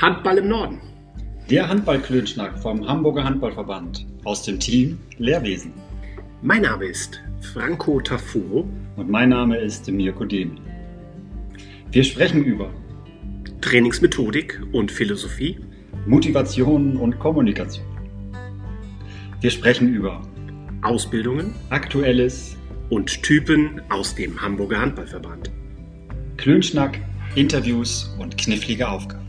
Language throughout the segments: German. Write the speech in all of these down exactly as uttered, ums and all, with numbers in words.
Handball im Norden. Der Handball-Klönschnack vom Hamburger Handballverband aus dem Team Lehrwesen. Mein Name ist Franco Tafuro. Und mein Name ist Mirko Demel. Wir sprechen über Trainingsmethodik und Philosophie, Motivation und Kommunikation. Wir sprechen über Ausbildungen, Aktuelles und Typen aus dem Hamburger Handballverband. Klönschnack, Interviews und knifflige Aufgaben.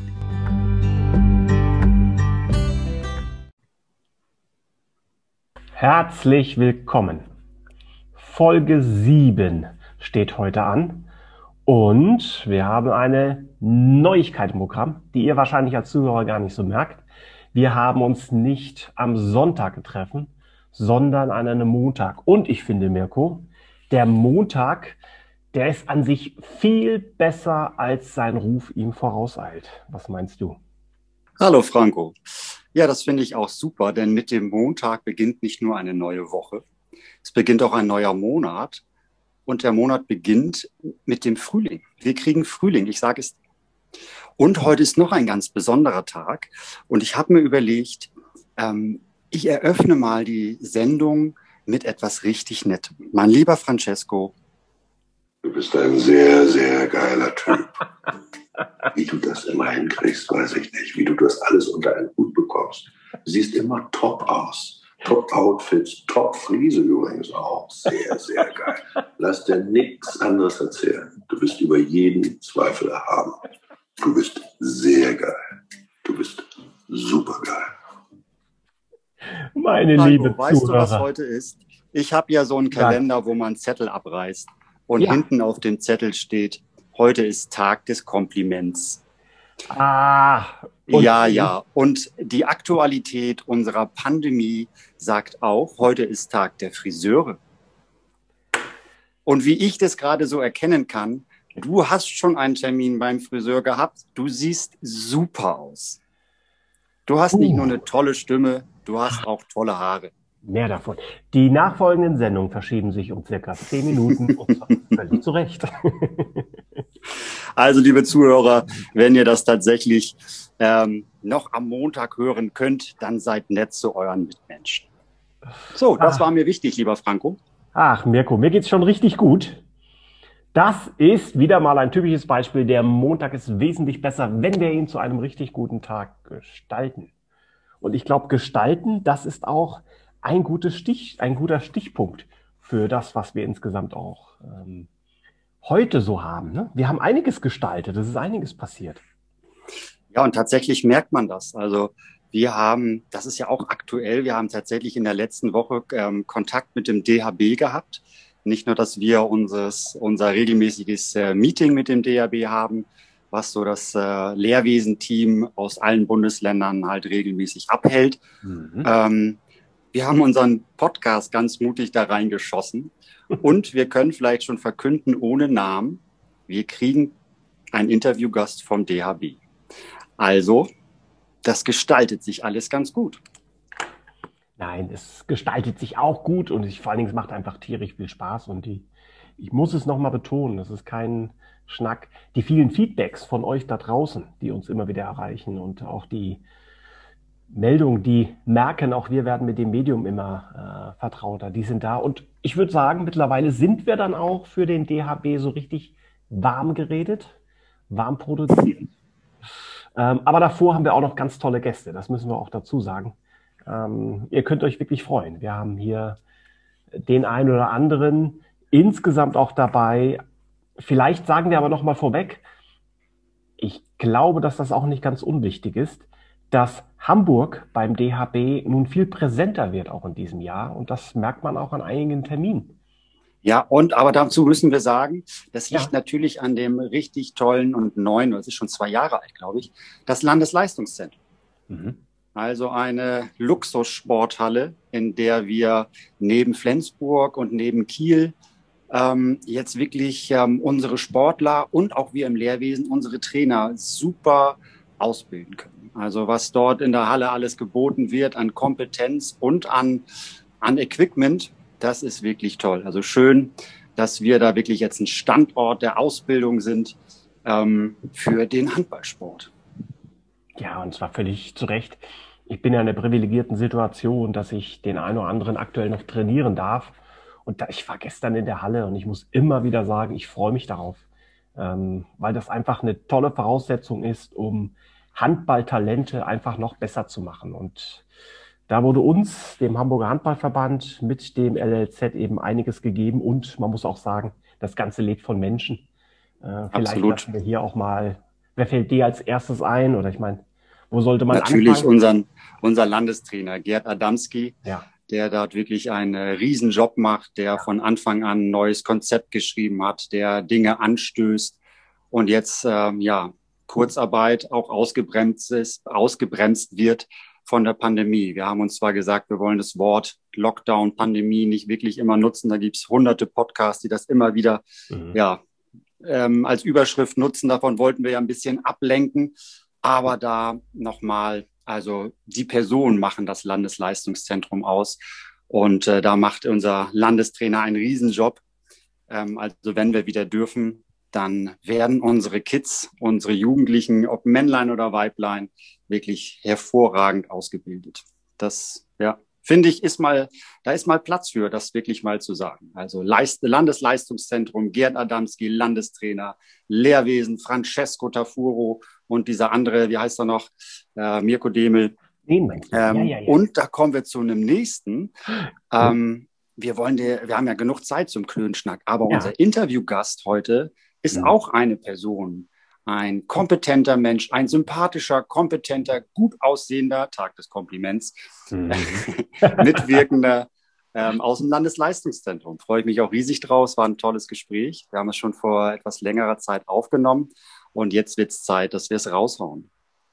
Herzlich willkommen. Folge sieben steht heute an und wir haben eine Neuigkeit im Programm, die ihr wahrscheinlich als Zuhörer gar nicht so merkt. Wir haben uns nicht am Sonntag getroffen, sondern an einem Montag. Und ich finde, Mirko, der Montag, der ist an sich viel besser, als sein Ruf ihm vorauseilt. Was meinst du? Hallo Franco. Ja, das finde ich auch super, denn mit dem Montag beginnt nicht nur eine neue Woche, es beginnt auch ein neuer Monat und der Monat beginnt mit dem Frühling. Wir kriegen Frühling, ich sage es. Und heute ist noch ein ganz besonderer Tag und ich habe mir überlegt, ähm, ich eröffne mal die Sendung mit etwas richtig Nettem. Mein lieber Francesco. Du bist ein sehr, sehr geiler Typ. Wie du das immer hinkriegst, weiß ich nicht. Wie du das alles unter einen Hut bekommst. Du siehst immer top aus. Top-Outfits, Top-Friese übrigens auch. Sehr, sehr geil. Lass dir nichts anderes erzählen. Du bist über jeden Zweifel erhaben. Du bist sehr geil. Du bist super geil. Meine Franco, liebe weißt Zuhörer. du, was heute ist? Ich habe ja so einen Kalender, wo man Zettel abreißt. Und Ja. hinten auf dem Zettel steht, heute ist Tag des Kompliments. Ah, und Ja, ja. Und die Aktualität unserer Pandemie sagt auch, heute ist Tag der Friseure. Und wie ich das gerade so erkennen kann, du hast schon einen Termin beim Friseur gehabt. Du siehst super aus. Du hast nicht Uh. nur eine tolle Stimme, du hast auch tolle Haare. mehr davon. Die nachfolgenden Sendungen verschieben sich um circa zehn Minuten und zwar völlig zu Recht. Also, liebe Zuhörer, wenn ihr das tatsächlich ähm, noch am Montag hören könnt, dann seid nett zu euren Mitmenschen. So, das Ah. war mir wichtig, lieber Franco. Ach, Mirko, mir geht's schon richtig gut. Das ist wieder mal ein typisches Beispiel. Der Montag ist wesentlich besser, wenn wir ihn zu einem richtig guten Tag gestalten. Und ich glaube, gestalten, das ist auch ein gutes Stich, ein guter Stichpunkt für das, was wir insgesamt auch ähm, heute so haben. Ne? Wir haben einiges gestaltet, es ist einiges passiert. Ja, und tatsächlich merkt man das. Also wir haben, das ist ja auch aktuell, wir haben tatsächlich in der letzten Woche ähm, Kontakt mit dem D H B gehabt. Nicht nur, dass wir unseres, unser regelmäßiges äh, Meeting mit dem D H B haben, was so das äh, Lehrwesen-Team aus allen Bundesländern halt regelmäßig abhält. Mhm. Ähm, wir haben unseren Podcast ganz mutig da reingeschossen und wir können vielleicht schon verkünden, ohne Namen, wir kriegen einen Interviewgast vom D H B. Also, das gestaltet sich alles ganz gut. Nein, es gestaltet sich auch gut und ich, vor allen Dingen, es macht einfach tierisch viel Spaß und die, ich muss es nochmal betonen, das ist kein Schnack. Die vielen Feedbacks von euch da draußen, die uns immer wieder erreichen und auch die Meldungen, die merken, auch wir werden mit dem Medium immer äh, vertrauter, die sind da und ich würde sagen, mittlerweile sind wir dann auch für den D H B so richtig warm geredet, warm produziert. Ähm, aber davor haben wir auch noch ganz tolle Gäste, das müssen wir auch dazu sagen. Ähm, ihr könnt euch wirklich freuen. Wir haben hier den einen oder anderen insgesamt auch dabei. Vielleicht sagen wir aber noch mal vorweg, ich glaube, dass das auch nicht ganz unwichtig ist, dass Hamburg beim D H B nun viel präsenter wird auch in diesem Jahr und das merkt man auch an einigen Terminen. Ja, und aber dazu müssen wir sagen, das liegt Ja. natürlich an dem richtig tollen und neuen, das ist schon zwei Jahre alt, glaube ich, das Landesleistungszentrum. Mhm. Also eine Luxussporthalle, in der wir neben Flensburg und neben Kiel ähm, jetzt wirklich ähm, unsere Sportler und auch wir im Lehrwesen, unsere Trainer super ausbilden können. Also was dort in der Halle alles geboten wird an Kompetenz und an, an Equipment, das ist wirklich toll. Also schön, dass wir da wirklich jetzt ein Standort der Ausbildung sind ähm, für den Handballsport. Ja, und zwar völlig zu Recht. Ich bin ja in der privilegierten Situation, dass ich den einen oder anderen aktuell noch trainieren darf. Und da, ich war gestern in der Halle und ich muss immer wieder sagen, ich freue mich darauf, ähm, weil das einfach eine tolle Voraussetzung ist, um Handballtalente einfach noch besser zu machen. Und da wurde uns, dem Hamburger Handballverband, mit dem L L Z eben einiges gegeben. Und man muss auch sagen, das Ganze lebt von Menschen. Äh, vielleicht Absolut. lassen wir hier auch mal, wer fällt dir als erstes ein? Oder ich meine, wo sollte man Natürlich anfangen? unseren, unser Landestrainer Gerd Adamski, Ja. der dort wirklich einen riesen Job macht, der von Anfang an ein neues Konzept geschrieben hat, der Dinge anstößt und jetzt ähm, ja Kurzarbeit auch ausgebremst ist, ausgebremst wird von der Pandemie. Wir haben uns zwar gesagt, wir wollen das Wort Lockdown, Pandemie nicht wirklich immer nutzen. Da gibt's hunderte Podcasts, die das immer wieder Mhm. ja ähm, als Überschrift nutzen. Davon wollten wir ja ein bisschen ablenken. Aber da nochmal, also die Personen machen das Landesleistungszentrum aus. Und äh, da macht unser Landestrainer einen Riesenjob. Ähm, also wenn wir wieder dürfen, dann werden unsere Kids, unsere Jugendlichen, ob Männlein oder Weiblein, wirklich hervorragend ausgebildet. Das, ja, finde ich, ist mal, da ist mal Platz für, das wirklich mal zu sagen. Also Leist- Landesleistungszentrum, Gerd Adamski, Landestrainer, Lehrwesen, Francesco Tafuro und dieser andere, wie heißt er noch, äh, Mirko Demel. Den meinst du? Ähm, ja, ja, ja. Und da kommen wir zu einem nächsten. Ähm, wir wollen dir, wir haben ja genug Zeit zum Klönschnack, aber Ja. unser Interviewgast heute ist Mhm. auch eine Person, ein kompetenter Mensch, ein sympathischer, kompetenter, gut aussehender, Tag des Kompliments, Mhm. Mitwirkender ähm, aus dem Landesleistungszentrum. Freue ich mich auch riesig draus, war ein tolles Gespräch. Wir haben es schon vor etwas längerer Zeit aufgenommen und jetzt wird es Zeit, dass wir es raushauen.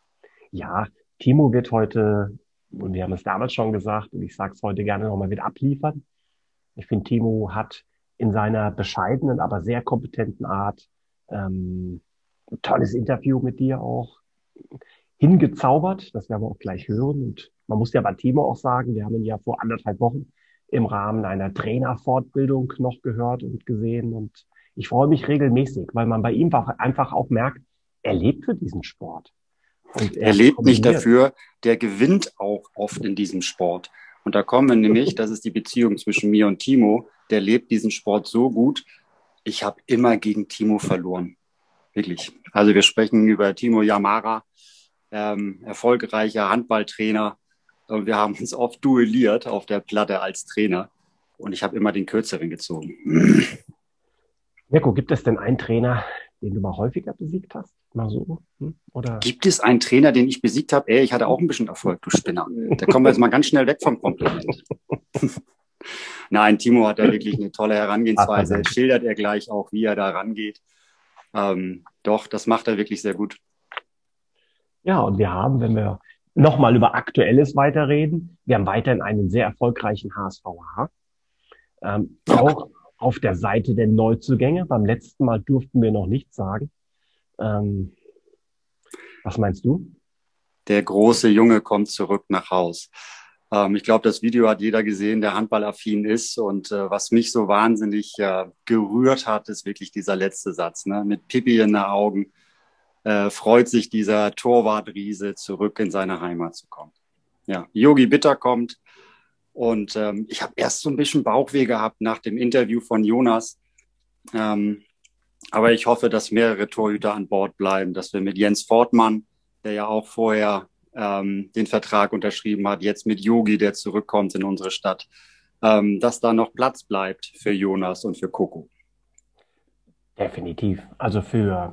Ja, Timo wird heute, und wir haben es damals schon gesagt, und ich sage es heute gerne nochmal, wird abliefern. Ich finde, Timo hat in seiner bescheidenen, aber sehr kompetenten Art ähm, ein tolles Interview mit dir auch hingezaubert. Das werden wir auch gleich hören. Und man muss ja bei Timo auch sagen, wir haben ihn ja vor anderthalb Wochen im Rahmen einer Trainerfortbildung noch gehört und gesehen. Und ich freue mich regelmäßig, weil man bei ihm einfach auch merkt, er lebt für diesen Sport. Und Er lebt nicht kombiniert. dafür, der gewinnt auch oft in diesem Sport. Und da kommen wir nämlich, das ist die Beziehung zwischen mir und Timo, der lebt diesen Sport so gut. Ich habe immer gegen Timo verloren. Wirklich. Also wir sprechen über Timo Yamara, ähm, erfolgreicher Handballtrainer. Und wir haben uns oft duelliert auf der Platte als Trainer. Und ich habe immer den Kürzeren gezogen. Mirko, gibt es denn einen Trainer, den du mal häufiger besiegt hast? Mal so? Hm? Oder? Gibt es einen Trainer, den ich besiegt habe? Ey, ich hatte auch ein bisschen Erfolg, du Spinner. Da kommen wir jetzt mal ganz schnell weg vom Kompliment. Nein, Timo hat da wirklich eine tolle Herangehensweise. Ach, Schildert er gleich auch, wie er da rangeht. Ähm, doch, das macht er wirklich sehr gut. Ja, und wir haben, wenn wir nochmal über Aktuelles weiterreden, wir haben weiterhin einen sehr erfolgreichen H S V H. Ähm, auch auf der Seite der Neuzugänge. Beim letzten Mal durften wir noch nichts sagen. Ähm, was meinst du? Der große Junge kommt zurück nach Haus. Ähm, ich glaube, das Video hat jeder gesehen, der handballaffin ist. Und äh, was mich so wahnsinnig äh, gerührt hat, ist wirklich dieser letzte Satz. Ne? Mit Pipi in den Augen äh, freut sich dieser Torwartriese, zurück in seine Heimat zu kommen. Ja, Yogi Bitter kommt. Und ähm, ich habe erst so ein bisschen Bauchweh gehabt nach dem Interview von Jonas. Ähm, aber ich hoffe, dass mehrere Torhüter an Bord bleiben, dass wir mit Jens Fortmann, der ja auch vorher ähm, den Vertrag unterschrieben hat, jetzt mit Yogi, der zurückkommt in unsere Stadt, ähm, dass da noch Platz bleibt für Jonas und für Coco. Definitiv. Also für,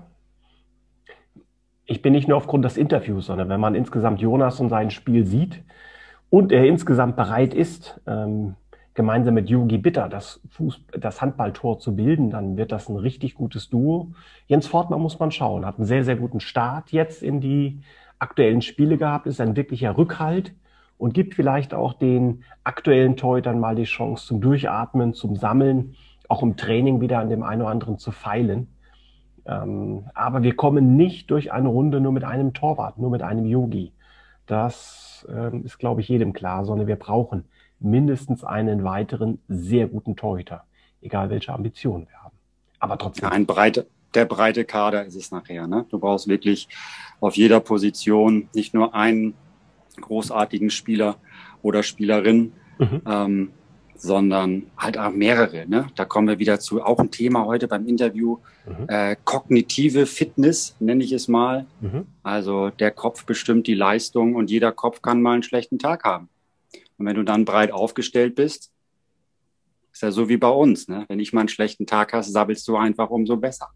ich bin nicht nur aufgrund des Interviews, sondern wenn man insgesamt Jonas und sein Spiel sieht und er insgesamt bereit ist, ähm, gemeinsam mit Yogi Bitter das, Fuß, das Handballtor zu bilden, dann wird das ein richtig gutes Duo. Jens Fortmann muss man schauen, hat einen sehr, sehr guten Start jetzt in die aktuellen Spiele gehabt, ist ein wirklicher Rückhalt und gibt vielleicht auch den aktuellen Torhütern mal die Chance zum Durchatmen, zum Sammeln, auch im Training wieder an dem einen oder anderen zu feilen. Ähm, aber wir kommen nicht durch eine Runde nur mit einem Torwart, nur mit einem Yogi. Das ähm, ist, glaube ich, jedem klar, sondern wir brauchen mindestens einen weiteren sehr guten Torhüter, egal welche Ambitionen wir haben. Aber trotzdem. Ja, ein breiter, der breite Kader ist es nachher. Ne? Du brauchst wirklich auf jeder Position nicht nur einen großartigen Spieler oder Spielerin, mhm. ähm, sondern halt auch mehrere. Ne? Da kommen wir wieder zu, auch ein Thema heute beim Interview, mhm. äh, kognitive Fitness, nenne ich es mal. Mhm. Also der Kopf bestimmt die Leistung und jeder Kopf kann mal einen schlechten Tag haben. Und wenn du dann breit aufgestellt bist, ist ja so wie bei uns. Ne? Wenn ich mal einen schlechten Tag hast, sabbelst du einfach umso besser.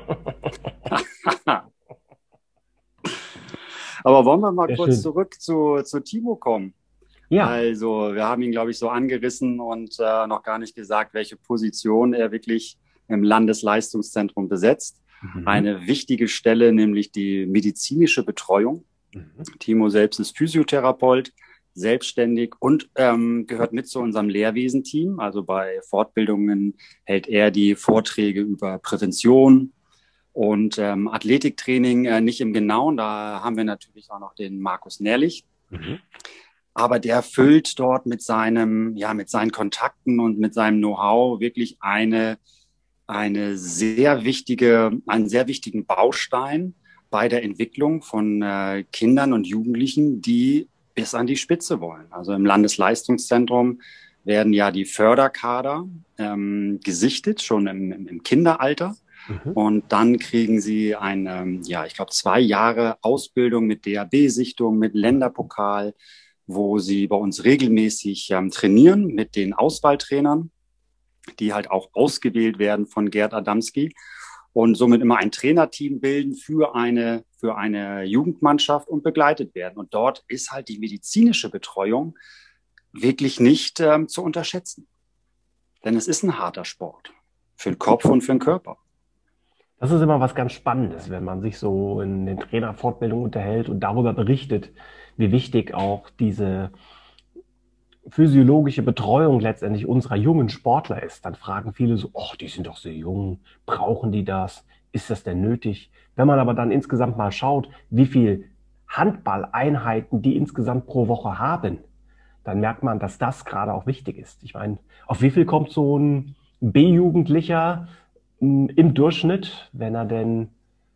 Aber wollen wir mal Sehr kurz schön. zurück zu, zu Timo kommen? Ja. Also wir haben ihn, glaube ich, so angerissen und äh, noch gar nicht gesagt, welche Position er wirklich im Landesleistungszentrum besetzt. Mhm. Eine wichtige Stelle, nämlich die medizinische Betreuung. Mhm. Timo selbst ist Physiotherapeut, selbstständig und ähm, gehört mit zu unserem Lehrwesenteam. Also bei Fortbildungen hält er die Vorträge über Prävention und ähm, Athletiktraining äh, nicht im Genauen. Da haben wir natürlich auch noch den Markus Nährlich. Mhm. Aber der füllt dort mit seinem, ja, mit seinen Kontakten und mit seinem Know-how wirklich eine, eine sehr wichtige, einen sehr wichtigen Baustein bei der Entwicklung von äh, Kindern und Jugendlichen, die bis an die Spitze wollen. Also im Landesleistungszentrum werden ja die Förderkader ähm, gesichtet, schon im, im Kinderalter. Mhm. Und dann kriegen sie eine, ja, ich glaube, zwei Jahre Ausbildung mit D A B-Sichtung, mit Länderpokal, wo sie bei uns regelmäßig ähm, trainieren mit den Auswahltrainern, die halt auch ausgewählt werden von Gerd Adamski und somit immer ein Trainerteam bilden für eine, für eine Jugendmannschaft und begleitet werden. Und dort ist halt die medizinische Betreuung wirklich nicht ähm, zu unterschätzen. Denn es ist ein harter Sport für den Kopf und für den Körper. Das ist immer was ganz Spannendes, wenn man sich so in den Trainerfortbildungen unterhält und darüber berichtet, wie wichtig auch diese physiologische Betreuung letztendlich unserer jungen Sportler ist. Dann fragen viele so, oh, die sind doch so jung, brauchen die das? Ist das denn nötig? Wenn man aber dann insgesamt mal schaut, wie viel Handballeinheiten die insgesamt pro Woche haben, dann merkt man, dass das gerade auch wichtig ist. Ich meine, auf wie viel kommt so ein B-Jugendlicher im Durchschnitt, wenn er denn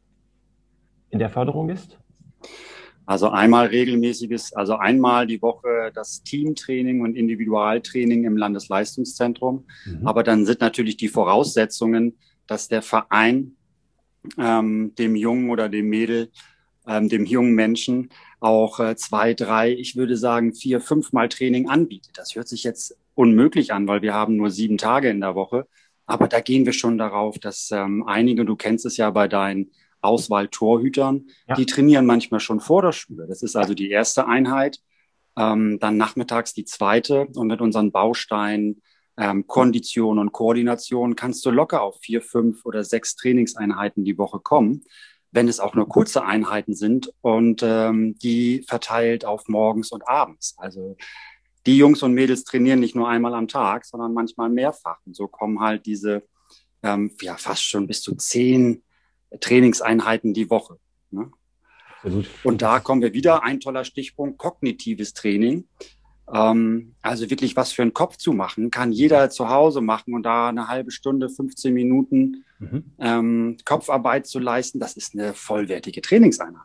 in der Förderung ist? Also einmal regelmäßiges, also einmal die Woche das Teamtraining und Individualtraining im Landesleistungszentrum. Mhm. Aber dann sind natürlich die Voraussetzungen, dass der Verein ähm, dem Jungen oder dem Mädel, ähm, dem jungen Menschen auch äh, zwei, drei, ich würde sagen vier, fünfmal Training anbietet. Das hört sich jetzt unmöglich an, weil wir haben nur sieben Tage in der Woche. Aber da gehen wir schon darauf, dass ähm, einige, du kennst es ja bei deinen Auswahl-Torhütern, ja. die trainieren manchmal schon vor der Schule. Das ist also die erste Einheit, ähm, dann nachmittags die zweite und mit unseren Bausteinen ähm, Kondition und Koordination kannst du locker auf vier, fünf oder sechs Trainingseinheiten die Woche kommen, wenn es auch nur kurze Einheiten sind und ähm, die verteilt auf morgens und abends. Also die Jungs und Mädels trainieren nicht nur einmal am Tag, sondern manchmal mehrfach. Und so kommen halt diese ähm, ja fast schon bis zu zehn Trainingseinheiten die Woche. Ne? Und da kommen wir wieder, ein toller Stichpunkt, kognitives Training. Ähm, also wirklich was für den Kopf zu machen, kann jeder zu Hause machen und da eine halbe Stunde, fünfzehn Minuten mhm. ähm, Kopfarbeit zu leisten, das ist eine vollwertige Trainingseinheit.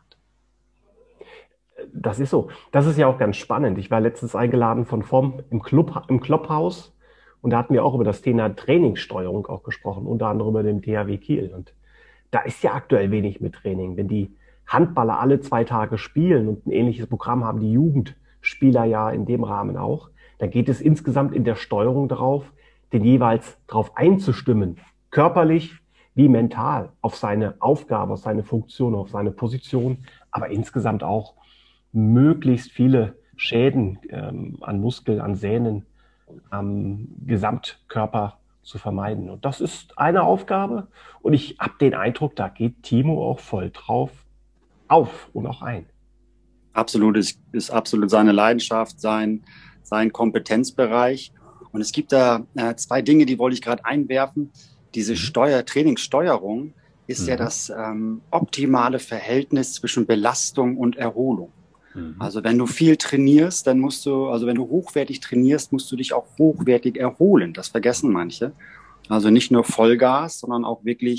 Das ist so. Das ist ja auch ganz spannend. Ich war letztens eingeladen von Form im Club, im Clubhaus und da hatten wir auch über das Thema Trainingssteuerung auch gesprochen, unter anderem über den T H W Kiel. Und da ist ja aktuell wenig mit Training. Wenn die Handballer alle zwei Tage spielen und ein ähnliches Programm haben die Jugendspieler ja in dem Rahmen auch, dann geht es insgesamt in der Steuerung darauf, den jeweils darauf einzustimmen, körperlich wie mental, auf seine Aufgabe, auf seine Funktion, auf seine Position, aber insgesamt auch möglichst viele Schäden ähm, an Muskeln, an Sehnen, am Gesamtkörper zu vermeiden. Und das ist eine Aufgabe. Und ich habe den Eindruck, da geht Timo auch voll drauf auf und auch ein. Absolut, es ist absolut seine Leidenschaft, sein, sein Kompetenzbereich. Und es gibt da äh, zwei Dinge, die wollte ich gerade einwerfen. Diese Steuer, Trainingssteuerung ist mhm. ja das ähm, optimale Verhältnis zwischen Belastung und Erholung. Mhm. Also wenn du viel trainierst, dann musst du, also wenn du hochwertig trainierst, musst du dich auch hochwertig erholen. Das vergessen manche. Also nicht nur Vollgas, sondern auch wirklich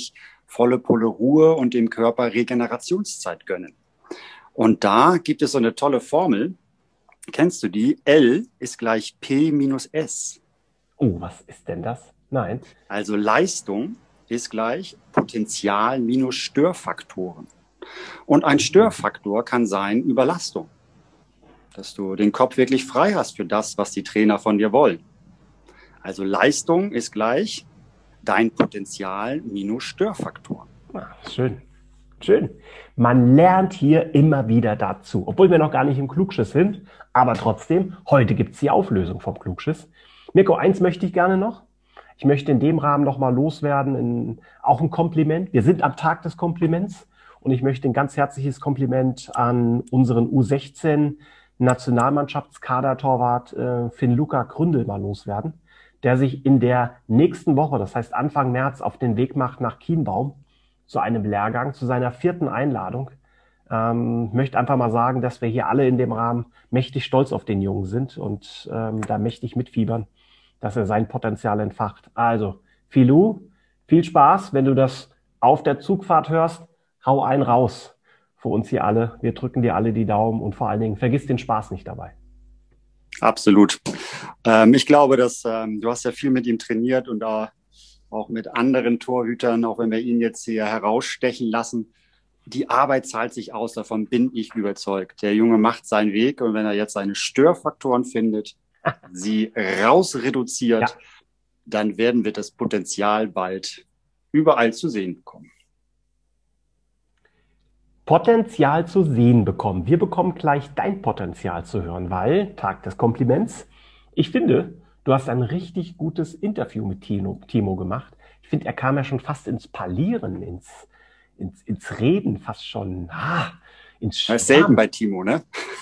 volle Pulle Ruhe und dem Körper Regenerationszeit gönnen. Und da gibt es so eine tolle Formel. Kennst du die? L ist gleich P minus S. Oh, was ist denn das? Nein. Also Leistung ist gleich Potenzial minus Störfaktoren. Und ein Störfaktor kann sein Überlastung. Dass du den Kopf wirklich frei hast für das, was die Trainer von dir wollen. Also Leistung ist gleich dein Potenzial minus Störfaktoren. Ah, schön. Schön. Man lernt hier immer wieder dazu, obwohl wir noch gar nicht im Klugschiss sind. Aber trotzdem, heute gibt es die Auflösung vom Klugschiss. Mirko, eins möchte ich gerne noch. Ich möchte in dem Rahmen noch mal loswerden, in, auch ein Kompliment. Wir sind am Tag des Kompliments und ich möchte ein ganz herzliches Kompliment an unseren U sechzehn Nationalmannschaftskadertorwart äh, Finn-Luca Gründel mal loswerden, der sich in der nächsten Woche, das heißt Anfang März, auf den Weg macht nach Kienbaum zu einem Lehrgang, zu seiner vierten Einladung. Ähm, möchte einfach mal sagen, dass wir hier alle in dem Rahmen mächtig stolz auf den Jungen sind und ähm, da mächtig mitfiebern, dass er sein Potenzial entfacht. Also, Filou, viel Spaß, wenn du das auf der Zugfahrt hörst, hau einen raus für uns hier alle. Wir drücken dir alle die Daumen und vor allen Dingen, vergiss den Spaß nicht dabei. Absolut. Ähm, ich glaube, dass ähm, du hast ja viel mit ihm trainiert und da auch mit anderen Torhütern, auch wenn wir ihn jetzt hier herausstechen lassen. Die Arbeit zahlt sich aus, davon bin ich überzeugt. Der Junge macht seinen Weg und wenn er jetzt seine Störfaktoren findet, sie rausreduziert, ja, dann werden wir das Potenzial bald überall zu sehen bekommen. Potenzial zu sehen bekommen. Wir bekommen gleich dein Potenzial zu hören, weil, Tag des Kompliments, ich finde, du hast ein richtig gutes Interview mit Timo, Timo gemacht. Ich finde, er kam ja schon fast ins Parlieren, ins, ins, ins Reden, fast schon ah, ins Schwärmen. Das ist selten bei Timo, ne?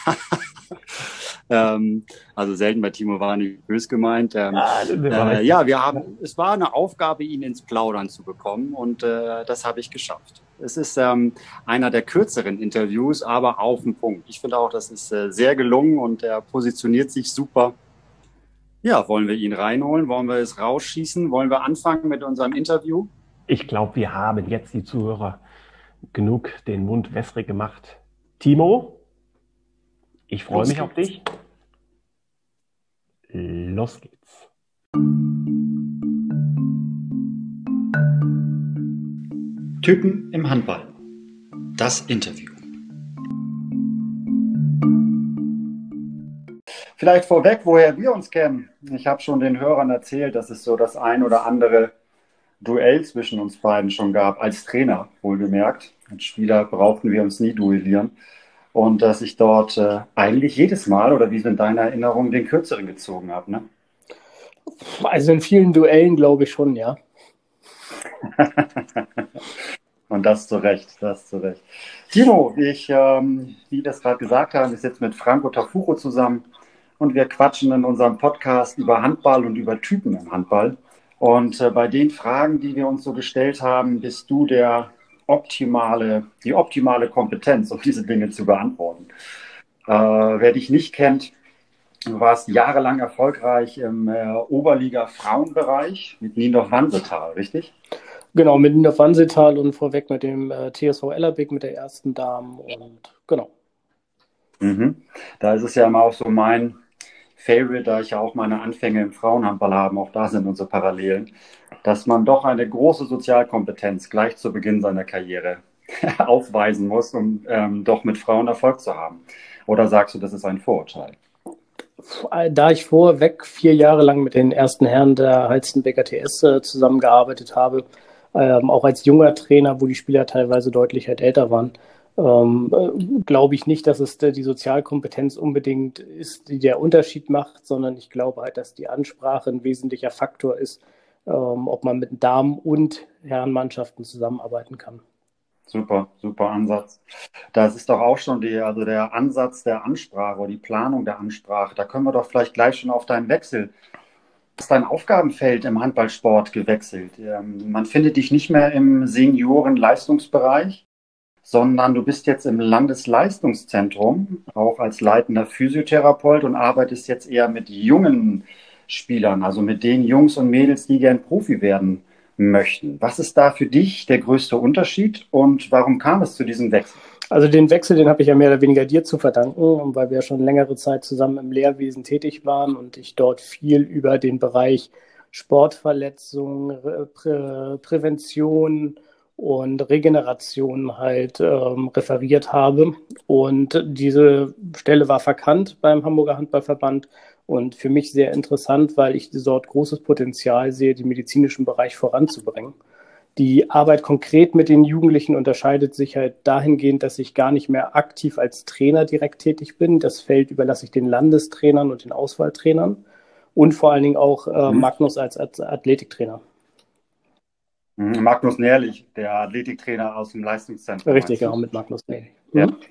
ähm, also selten bei Timo war nicht böse gemeint. Ähm, ja, äh, ja, wir haben, es war eine Aufgabe, ihn ins Plaudern zu bekommen und äh, das habe ich geschafft. Es ist ähm, einer der kürzeren Interviews, aber auf den Punkt. Ich finde auch, das ist äh, sehr gelungen und er positioniert sich super. Ja, wollen wir ihn reinholen? Wollen wir es rausschießen? Wollen wir anfangen mit unserem Interview? Ich glaube, wir haben jetzt die Zuhörer genug den Mund wässrig gemacht. Timo, ich freue mich auf dich. Los geht's. Typen im Handball. Das Interview. Vielleicht vorweg, woher wir uns kennen. Ich habe schon den Hörern erzählt, dass es so das ein oder andere Duell zwischen uns beiden schon gab, als Trainer, wohlgemerkt. Als Spieler brauchten wir uns nie duellieren. Und dass ich dort äh, eigentlich jedes Mal, oder wie es in deiner Erinnerung, den Kürzeren gezogen habe, ne? Also in vielen Duellen glaube ich schon, ja. Und das zu Recht, das zu Recht. Timo, ich, ähm, wie das gerade gesagt haben, ist jetzt mit Franco Tafuro zusammen und wir quatschen in unserem Podcast über Handball und über Typen im Handball. Und äh, bei den Fragen, die wir uns so gestellt haben, bist du der optimale, die optimale Kompetenz, um diese Dinge zu beantworten. Äh, wer dich nicht kennt, du warst jahrelang erfolgreich im äh, Oberliga-Frauenbereich mit Niendorf Wansetal, richtig? Genau, mit Niendorf Wansetal und vorweg mit dem äh, T S V Ellerbeck, mit der ersten Damen und genau. Mhm. Da ist es ja immer auch so mein Favorite, da ich ja auch meine Anfänge im Frauenhandball habe, auch da sind unsere Parallelen, dass man doch eine große Sozialkompetenz gleich zu Beginn seiner Karriere aufweisen muss, um ähm, doch mit Frauen Erfolg zu haben. Oder sagst du, das ist ein Vorurteil? Da ich vorweg vier Jahre lang mit den ersten Herren der Halstenbecker T S äh, zusammengearbeitet habe, ähm, auch als junger Trainer, wo die Spieler teilweise deutlich halt älter waren, ähm, äh, glaube ich nicht, dass es äh, die Sozialkompetenz unbedingt ist, die der Unterschied macht, sondern ich glaube halt, dass die Ansprache ein wesentlicher Faktor ist, ähm, ob man mit Damen- und Herrenmannschaften zusammenarbeiten kann. Super, super Ansatz. Das ist doch auch schon die, also der Ansatz der Ansprache oder die Planung der Ansprache. Da können wir doch vielleicht gleich schon auf deinen Wechsel. Ist dein Aufgabenfeld im Handballsport gewechselt? Ähm, man findet dich nicht mehr im Senioren-Leistungsbereich, sondern du bist jetzt im Landesleistungszentrum, auch als leitender Physiotherapeut und arbeitest jetzt eher mit jungen Spielern, also mit den Jungs und Mädels, die gern Profi werden möchten. Was ist da für dich der größte Unterschied und warum kam es zu diesem Wechsel? Also den Wechsel, den habe ich ja mehr oder weniger dir zu verdanken, weil wir ja schon längere Zeit zusammen im Lehrwesen tätig waren und ich dort viel über den Bereich Sportverletzungen, Prä Prävention und Regeneration halt ähm, referiert habe. Und diese Stelle war vakant beim Hamburger Handballverband und für mich sehr interessant, weil ich dort großes Potenzial sehe, den medizinischen Bereich voranzubringen. Die Arbeit konkret mit den Jugendlichen unterscheidet sich halt dahingehend, dass ich gar nicht mehr aktiv als Trainer direkt tätig bin. Das Feld überlasse ich den Landestrainern und den Auswahltrainern und vor allen Dingen auch äh, mhm. Magnus als, als Athletiktrainer. Magnus Nährlich, der Athletiktrainer aus dem Leistungszentrum. Richtig, ja, mit Magnus Nährlich. Ja. Mhm.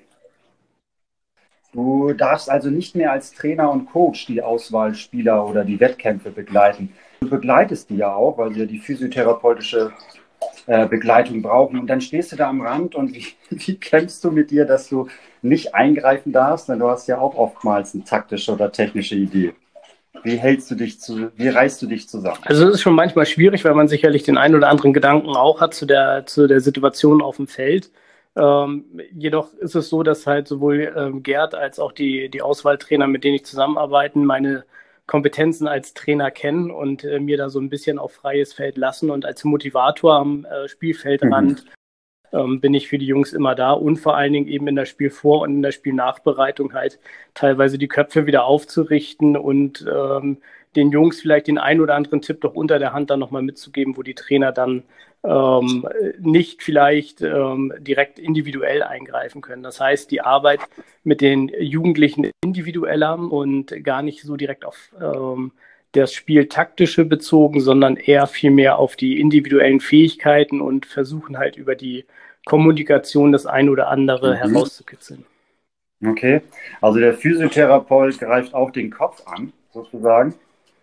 Du darfst also nicht mehr als Trainer und Coach die Auswahlspieler oder die Wettkämpfe begleiten. Du begleitest die ja auch, weil sie ja die physiotherapeutische äh, Begleitung brauchen. Und dann stehst du da am Rand und wie, wie kämpfst du mit dir, dass du nicht eingreifen darfst? Denn du hast ja auch oftmals eine taktische oder technische Idee. Wie hältst du dich zu, wie reißt du dich zusammen? Also es ist schon manchmal schwierig, weil man sicherlich den einen oder anderen Gedanken auch hat zu der, zu der Situation auf dem Feld. Ähm, jedoch ist es so, dass halt sowohl ähm, Gerd als auch die, die Auswahltrainer, mit denen ich zusammenarbeite, meine Kompetenzen als Trainer kennen und äh, mir da so ein bisschen auf freies Feld lassen. Und als Motivator am äh, Spielfeldrand mhm. ähm, bin ich für die Jungs immer da und vor allen Dingen eben in der Spielvor- und in der Spielnachbereitung halt teilweise die Köpfe wieder aufzurichten und ähm, den Jungs vielleicht den einen oder anderen Tipp doch unter der Hand dann nochmal mitzugeben, wo die Trainer dann ähm, nicht vielleicht ähm, direkt individuell eingreifen können. Das heißt, die Arbeit mit den Jugendlichen individueller und gar nicht so direkt auf ähm, das Spiel taktische bezogen, sondern eher vielmehr auf die individuellen Fähigkeiten und versuchen halt über die Kommunikation das ein oder andere mhm. herauszukitzeln. Okay, also der Physiotherapeut greift auch den Kopf an, sozusagen.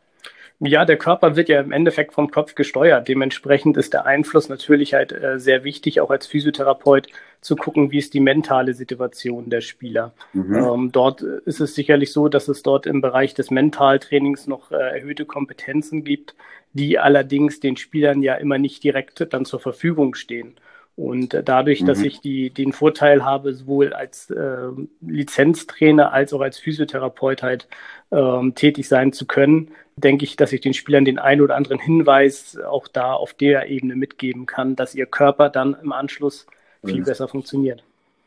Ja, der Körper wird ja im Endeffekt vom Kopf gesteuert. Dementsprechend ist der Einfluss natürlich halt äh, sehr wichtig, auch als Physiotherapeut zu gucken, wie ist die mentale Situation der Spieler. Mhm. Ähm, dort ist es sicherlich so, dass es dort im Bereich des Mentaltrainings noch äh, erhöhte Kompetenzen gibt, die allerdings den Spielern ja immer nicht direkt dann zur Verfügung stehen. Und dadurch, mhm. dass ich die, den Vorteil habe, sowohl als äh, Lizenztrainer als auch als Physiotherapeut halt ähm, tätig sein zu können, denke ich, dass ich den Spielern den einen oder anderen Hinweis auch da auf der Ebene mitgeben kann, dass ihr Körper dann im Anschluss viel mhm. besser funktioniert.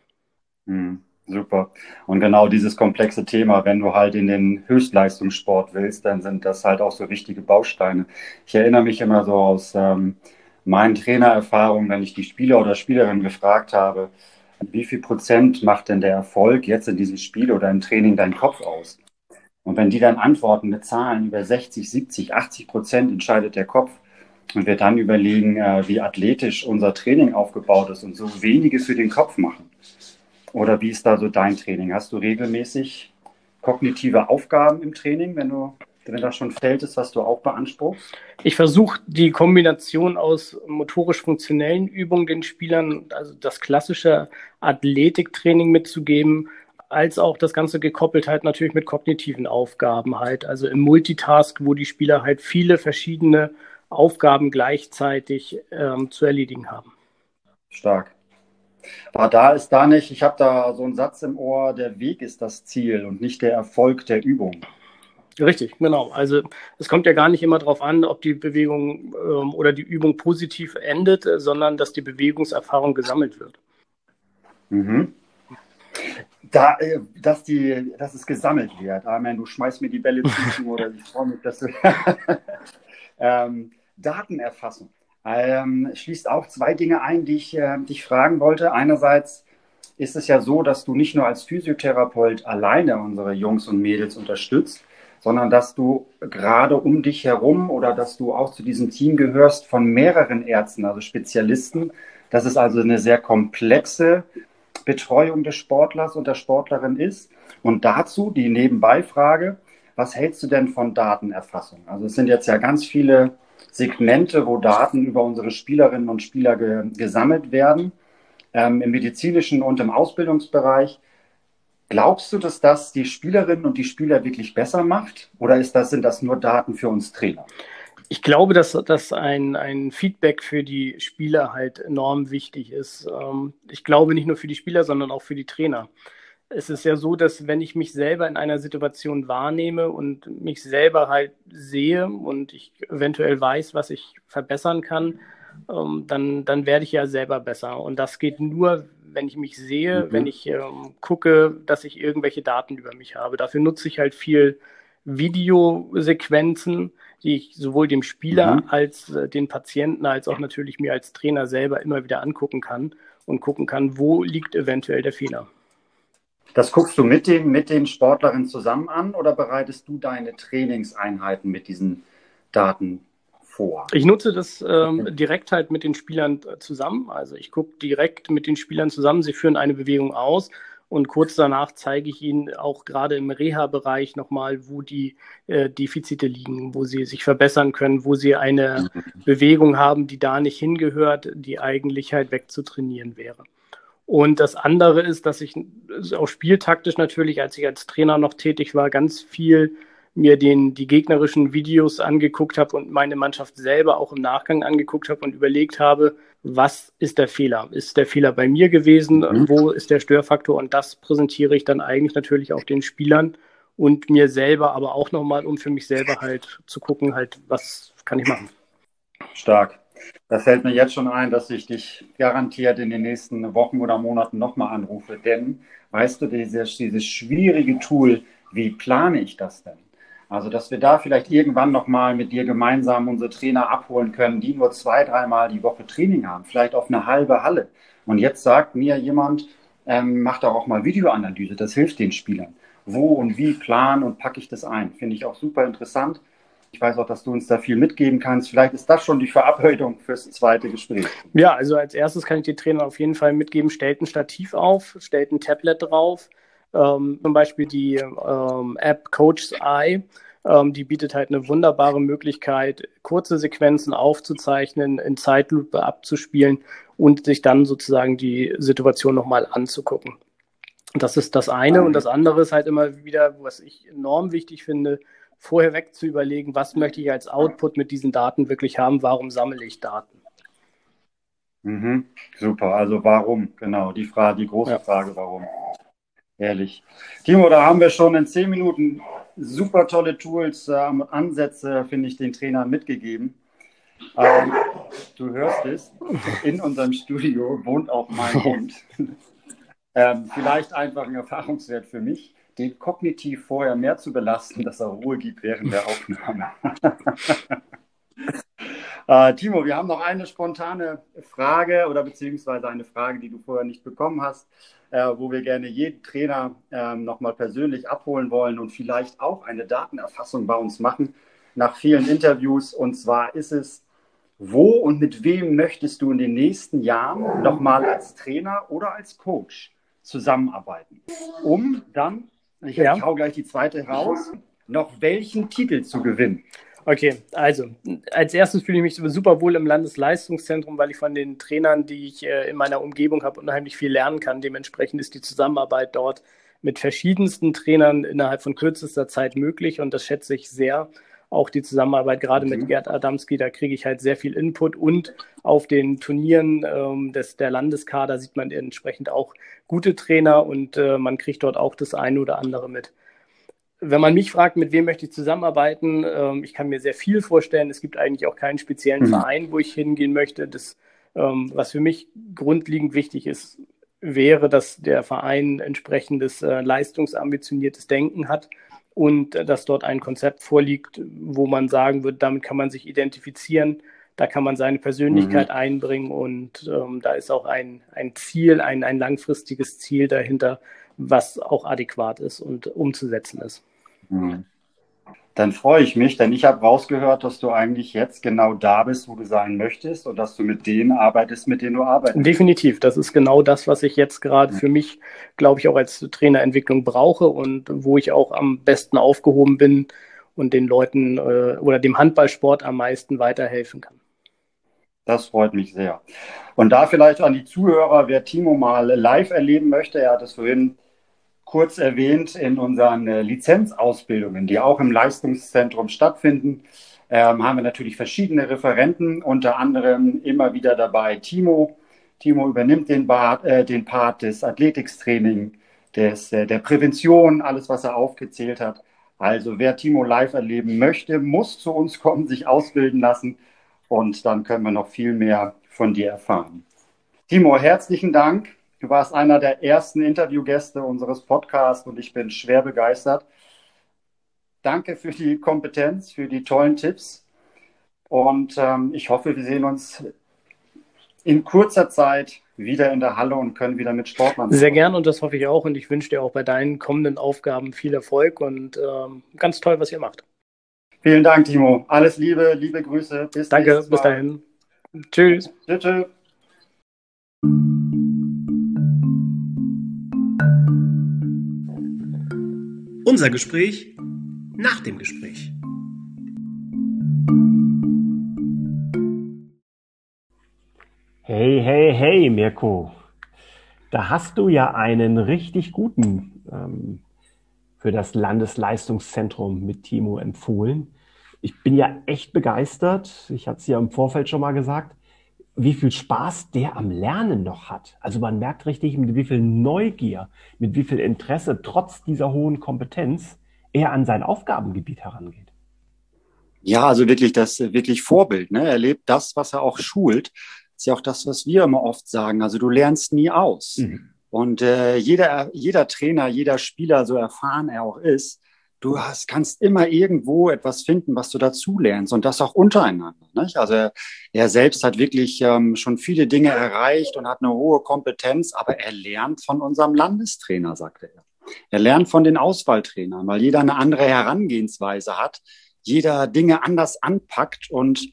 Mhm. Super. Und genau dieses komplexe Thema, wenn du halt in den Höchstleistungssport willst, dann sind das halt auch so wichtige Bausteine. Ich erinnere mich immer so aus ähm, meinen Trainererfahrungen, wenn ich die Spieler oder Spielerinnen gefragt habe, wie viel Prozent macht denn der Erfolg jetzt in diesem Spiel oder im Training deinen Kopf aus? Und wenn die dann antworten mit Zahlen über sechzig, siebzig, achtzig Prozent entscheidet der Kopf und wir dann überlegen, äh, wie athletisch unser Training aufgebaut ist und so wenige für den Kopf machen. Oder wie ist da so dein Training? Hast du regelmäßig kognitive Aufgaben im Training, wenn du wenn das schon Feld ist, was du auch beanspruchst? Ich versuche die Kombination aus motorisch-funktionellen Übungen den Spielern, also das klassische Athletiktraining mitzugeben, als auch das Ganze gekoppelt halt natürlich mit kognitiven Aufgaben halt, also im Multitask, wo die Spieler halt viele verschiedene Aufgaben gleichzeitig ähm, zu erledigen haben. Stark. Aber da ist da nicht, ich habe da so einen Satz im Ohr, der Weg ist das Ziel und nicht der Erfolg der Übung. Richtig, genau. Also es kommt ja gar nicht immer darauf an, ob die Bewegung ähm, oder die Übung positiv endet, sondern dass die Bewegungserfahrung gesammelt wird. Mhm. Da, äh, dass, die, dass es gesammelt wird. Amen, du schmeißt mir die Bälle zu oder ich freue mich, dass du... ähm, Datenerfassung. Ähm, schließt auch zwei Dinge ein, die ich äh, dich fragen wollte. Einerseits ist es ja so, dass du nicht nur als Physiotherapeut alleine unsere Jungs und Mädels unterstützt, sondern dass du gerade um dich herum oder dass du auch zu diesem Team gehörst von mehreren Ärzten, also Spezialisten. Das ist also eine sehr komplexe Betreuung des Sportlers und der Sportlerin ist. Und dazu die Nebenbeifrage, was hältst du denn von Datenerfassung? Also es sind jetzt ja ganz viele Segmente, wo Daten über unsere Spielerinnen und Spieler ge- gesammelt werden, ähm, im medizinischen und im Ausbildungsbereich. Glaubst du, dass das die Spielerinnen und die Spieler wirklich besser macht? Oder ist das, sind das nur Daten für uns Trainer? Ich glaube, dass, dass ein, ein Feedback für die Spieler halt enorm wichtig ist. Ähm, ich glaube nicht nur für die Spieler, sondern auch für die Trainer. Es ist ja so, dass wenn ich mich selber in einer Situation wahrnehme und mich selber halt sehe und ich eventuell weiß, was ich verbessern kann, ähm, dann, dann werde ich ja selber besser. Und das geht nur, wenn ich mich sehe, Mhm. wenn ich ähm, gucke, dass ich irgendwelche Daten über mich habe. Dafür nutze ich halt viel Videosequenzen, die ich sowohl dem Spieler Mhm. als äh, den Patienten als auch natürlich mir als Trainer selber immer wieder angucken kann und gucken kann, wo liegt eventuell der Fehler. Das guckst du mit den, mit den Sportlerinnen zusammen an oder bereitest du deine Trainingseinheiten mit diesen Daten vor? Ich nutze das ähm, direkt halt mit den Spielern äh, zusammen. Also ich gucke direkt mit den Spielern zusammen. Sie führen eine Bewegung aus und kurz danach zeige ich ihnen auch gerade im Reha-Bereich nochmal, wo die äh, Defizite liegen, wo sie sich verbessern können, wo sie eine Bewegung haben, die da nicht hingehört, die eigentlich halt wegzutrainieren wäre. Und das andere ist, dass ich auch spieltaktisch natürlich, als ich als Trainer noch tätig war, ganz viel mir den, die gegnerischen Videos angeguckt habe und meine Mannschaft selber auch im Nachgang angeguckt habe und überlegt habe, was ist der Fehler? Ist der Fehler bei mir gewesen? Mhm. Wo ist der Störfaktor? Und das präsentiere ich dann eigentlich natürlich auch den Spielern und mir selber, aber auch nochmal, um für mich selber halt zu gucken, halt, was kann ich machen. Stark. Da fällt mir jetzt schon ein, dass ich dich garantiert in den nächsten Wochen oder Monaten nochmal anrufe. Denn, weißt du, dieses, dieses schwierige Tool, wie plane ich das denn? Also, dass wir da vielleicht irgendwann nochmal mit dir gemeinsam unsere Trainer abholen können, die nur zwei, dreimal die Woche Training haben, vielleicht auf eine halbe Halle. Und jetzt sagt mir jemand, ähm, mach doch auch mal Videoanalyse, das hilft den Spielern. Wo und wie planen und packe ich das ein? Finde ich auch super interessant. Ich weiß auch, dass du uns da viel mitgeben kannst. Vielleicht ist das schon die Verabredung fürs zweite Gespräch. Ja, also als erstes kann ich den Trainer auf jeden Fall mitgeben, stellt ein Stativ auf, stellt ein Tablet drauf. Ähm, zum Beispiel die ähm, App Coach's Eye, ähm, die bietet halt eine wunderbare Möglichkeit, kurze Sequenzen aufzuzeichnen, in Zeitlupe abzuspielen und sich dann sozusagen die Situation nochmal anzugucken. Das ist das eine. Und das andere ist halt immer wieder, was ich enorm wichtig finde, vorher weg zu überlegen, was möchte ich als Output mit diesen Daten wirklich haben, warum sammle ich Daten? Mhm, super, also warum, genau, die Frage, die große Ja. Frage, warum. Ehrlich. Timo, da haben wir schon in zehn Minuten super tolle Tools äh, und Ansätze, finde ich, den Trainern mitgegeben. Ähm, du hörst es, in unserem Studio wohnt auch mein Hund. ähm, vielleicht einfach ein Erfahrungswert für mich, den kognitiv vorher mehr zu belasten, dass er Ruhe gibt während der Aufnahme. äh, Timo, wir haben noch eine spontane Frage oder beziehungsweise eine Frage, die du vorher nicht bekommen hast, äh, wo wir gerne jeden Trainer äh, nochmal persönlich abholen wollen und vielleicht auch eine Datenerfassung bei uns machen nach vielen Interviews. Und zwar ist es, wo und mit wem möchtest du in den nächsten Jahren nochmal als Trainer oder als Coach zusammenarbeiten, um dann, ich, Ja. ich hau gleich die zweite raus, noch welchen Titel zu gewinnen? Okay, also als erstes fühle ich mich super wohl im Landesleistungszentrum, weil ich von den Trainern, die ich äh, in meiner Umgebung habe, unheimlich viel lernen kann. Dementsprechend ist die Zusammenarbeit dort mit verschiedensten Trainern innerhalb von kürzester Zeit möglich und das schätze ich sehr. Auch die Zusammenarbeit gerade Mhm. mit Gerd Adamski, da kriege ich halt sehr viel Input und auf den Turnieren ähm, des, der Landeskader sieht man entsprechend auch gute Trainer und äh, man kriegt dort auch das eine oder andere mit. Wenn man mich fragt, mit wem möchte ich zusammenarbeiten, ähm, ich kann mir sehr viel vorstellen. Es gibt eigentlich auch keinen speziellen Mhm. Verein, wo ich hingehen möchte. Das, ähm, was für mich grundlegend wichtig ist, wäre, dass der Verein entsprechendes äh, leistungsambitioniertes Denken hat und äh, dass dort ein Konzept vorliegt, wo man sagen würde, damit kann man sich identifizieren, da kann man seine Persönlichkeit Mhm. einbringen und ähm, da ist auch ein, ein Ziel, ein, ein langfristiges Ziel dahinter, was auch adäquat ist und umzusetzen ist. Mhm. Dann freue ich mich, denn ich habe rausgehört, dass du eigentlich jetzt genau da bist, wo du sein möchtest und dass du mit denen arbeitest, mit denen du arbeitest. Definitiv, das ist genau das, was ich jetzt gerade für mich, glaube ich, auch als Trainerentwicklung brauche und wo ich auch am besten aufgehoben bin und den Leuten äh, oder dem Handballsport am meisten weiterhelfen kann. Das freut mich sehr. Und da vielleicht an die Zuhörer, wer Timo mal live erleben möchte, er hat es vorhin kurz erwähnt, in unseren äh, Lizenzausbildungen, die auch im Leistungszentrum stattfinden, ähm, haben wir natürlich verschiedene Referenten, unter anderem immer wieder dabei Timo. Timo übernimmt den, Bar, äh, den Part des Athletiktraining, des, äh, der Prävention, alles, was er aufgezählt hat. Also wer Timo live erleben möchte, muss zu uns kommen, sich ausbilden lassen und dann können wir noch viel mehr von dir erfahren. Timo, herzlichen Dank. Du warst einer der ersten Interviewgäste unseres Podcasts und ich bin schwer begeistert. Danke für die Kompetenz, für die tollen Tipps und ähm, ich hoffe, wir sehen uns in kurzer Zeit wieder in der Halle und können wieder mit Sportlern. Sehr gern und das hoffe ich auch und ich wünsche dir auch bei deinen kommenden Aufgaben viel Erfolg und ähm, ganz toll, was ihr macht. Vielen Dank, Timo. Alles Liebe, liebe Grüße. Bis Danke, bis dahin. Tschüss. Tschüss. Tschüss. Unser Gespräch nach dem Gespräch. Hey, hey, hey, Mirko. Da hast du ja einen richtig guten ähm, für das Landesleistungszentrum mit Timo empfohlen. Ich bin ja echt begeistert. Ich hatte es ja im Vorfeld schon mal gesagt, wie viel Spaß der am Lernen noch hat. Also man merkt richtig, mit wie viel Neugier, mit wie viel Interesse, trotz dieser hohen Kompetenz, er an sein Aufgabengebiet herangeht. Ja, also wirklich das wirklich Vorbild. Ne? Er lebt das, was er auch schult. Das ist ja auch das, was wir immer oft sagen. Also du lernst nie aus. Mhm. Und äh, jeder, jeder Trainer, jeder Spieler, so erfahren er auch ist, du hast, kannst immer irgendwo etwas finden, was du dazu lernst und das auch untereinander. Nicht? Also er, er selbst hat wirklich ähm, schon viele Dinge erreicht und hat eine hohe Kompetenz, aber er lernt von unserem Landestrainer, sagte er. Er lernt von den Auswahltrainern, weil jeder eine andere Herangehensweise hat, jeder Dinge anders anpackt und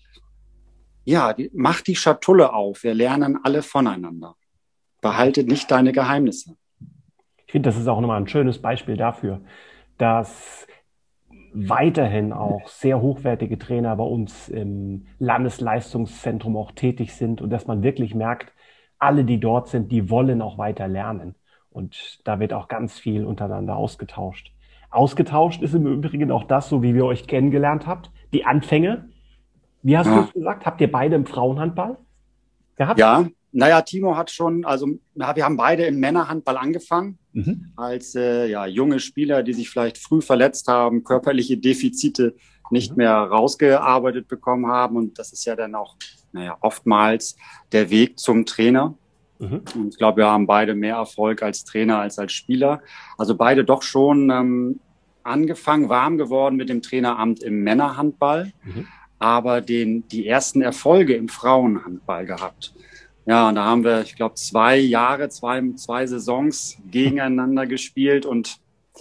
ja, die, macht die Schatulle auf. Wir lernen alle voneinander. Behalte nicht deine Geheimnisse. Ich finde, das ist auch nochmal ein schönes Beispiel dafür, dass weiterhin auch sehr hochwertige Trainer bei uns im Landesleistungszentrum auch tätig sind und dass man wirklich merkt, alle, die dort sind, die wollen auch weiter lernen. Und da wird auch ganz viel untereinander ausgetauscht. Ausgetauscht ist im Übrigen auch das, so wie wir euch kennengelernt habt, die Anfänge. Wie hast ja. du es gesagt? Habt ihr beide im Frauenhandball gehabt? Ja, naja, Timo hat schon, also na, wir haben beide im Männerhandball angefangen, mhm. als äh, ja, junge Spieler, die sich vielleicht früh verletzt haben, körperliche Defizite nicht mhm. mehr rausgearbeitet bekommen haben. Und das ist ja dann auch naja, oftmals der Weg zum Trainer. Mhm. Und ich glaube, wir haben beide mehr Erfolg als Trainer als als Spieler. Also beide doch schon ähm, angefangen, warm geworden mit dem Traineramt im Männerhandball, mhm. aber den, die ersten Erfolge im Frauenhandball gehabt. Ja, und da haben wir, ich glaube, zwei Jahre, zwei, zwei Saisons gegeneinander gespielt und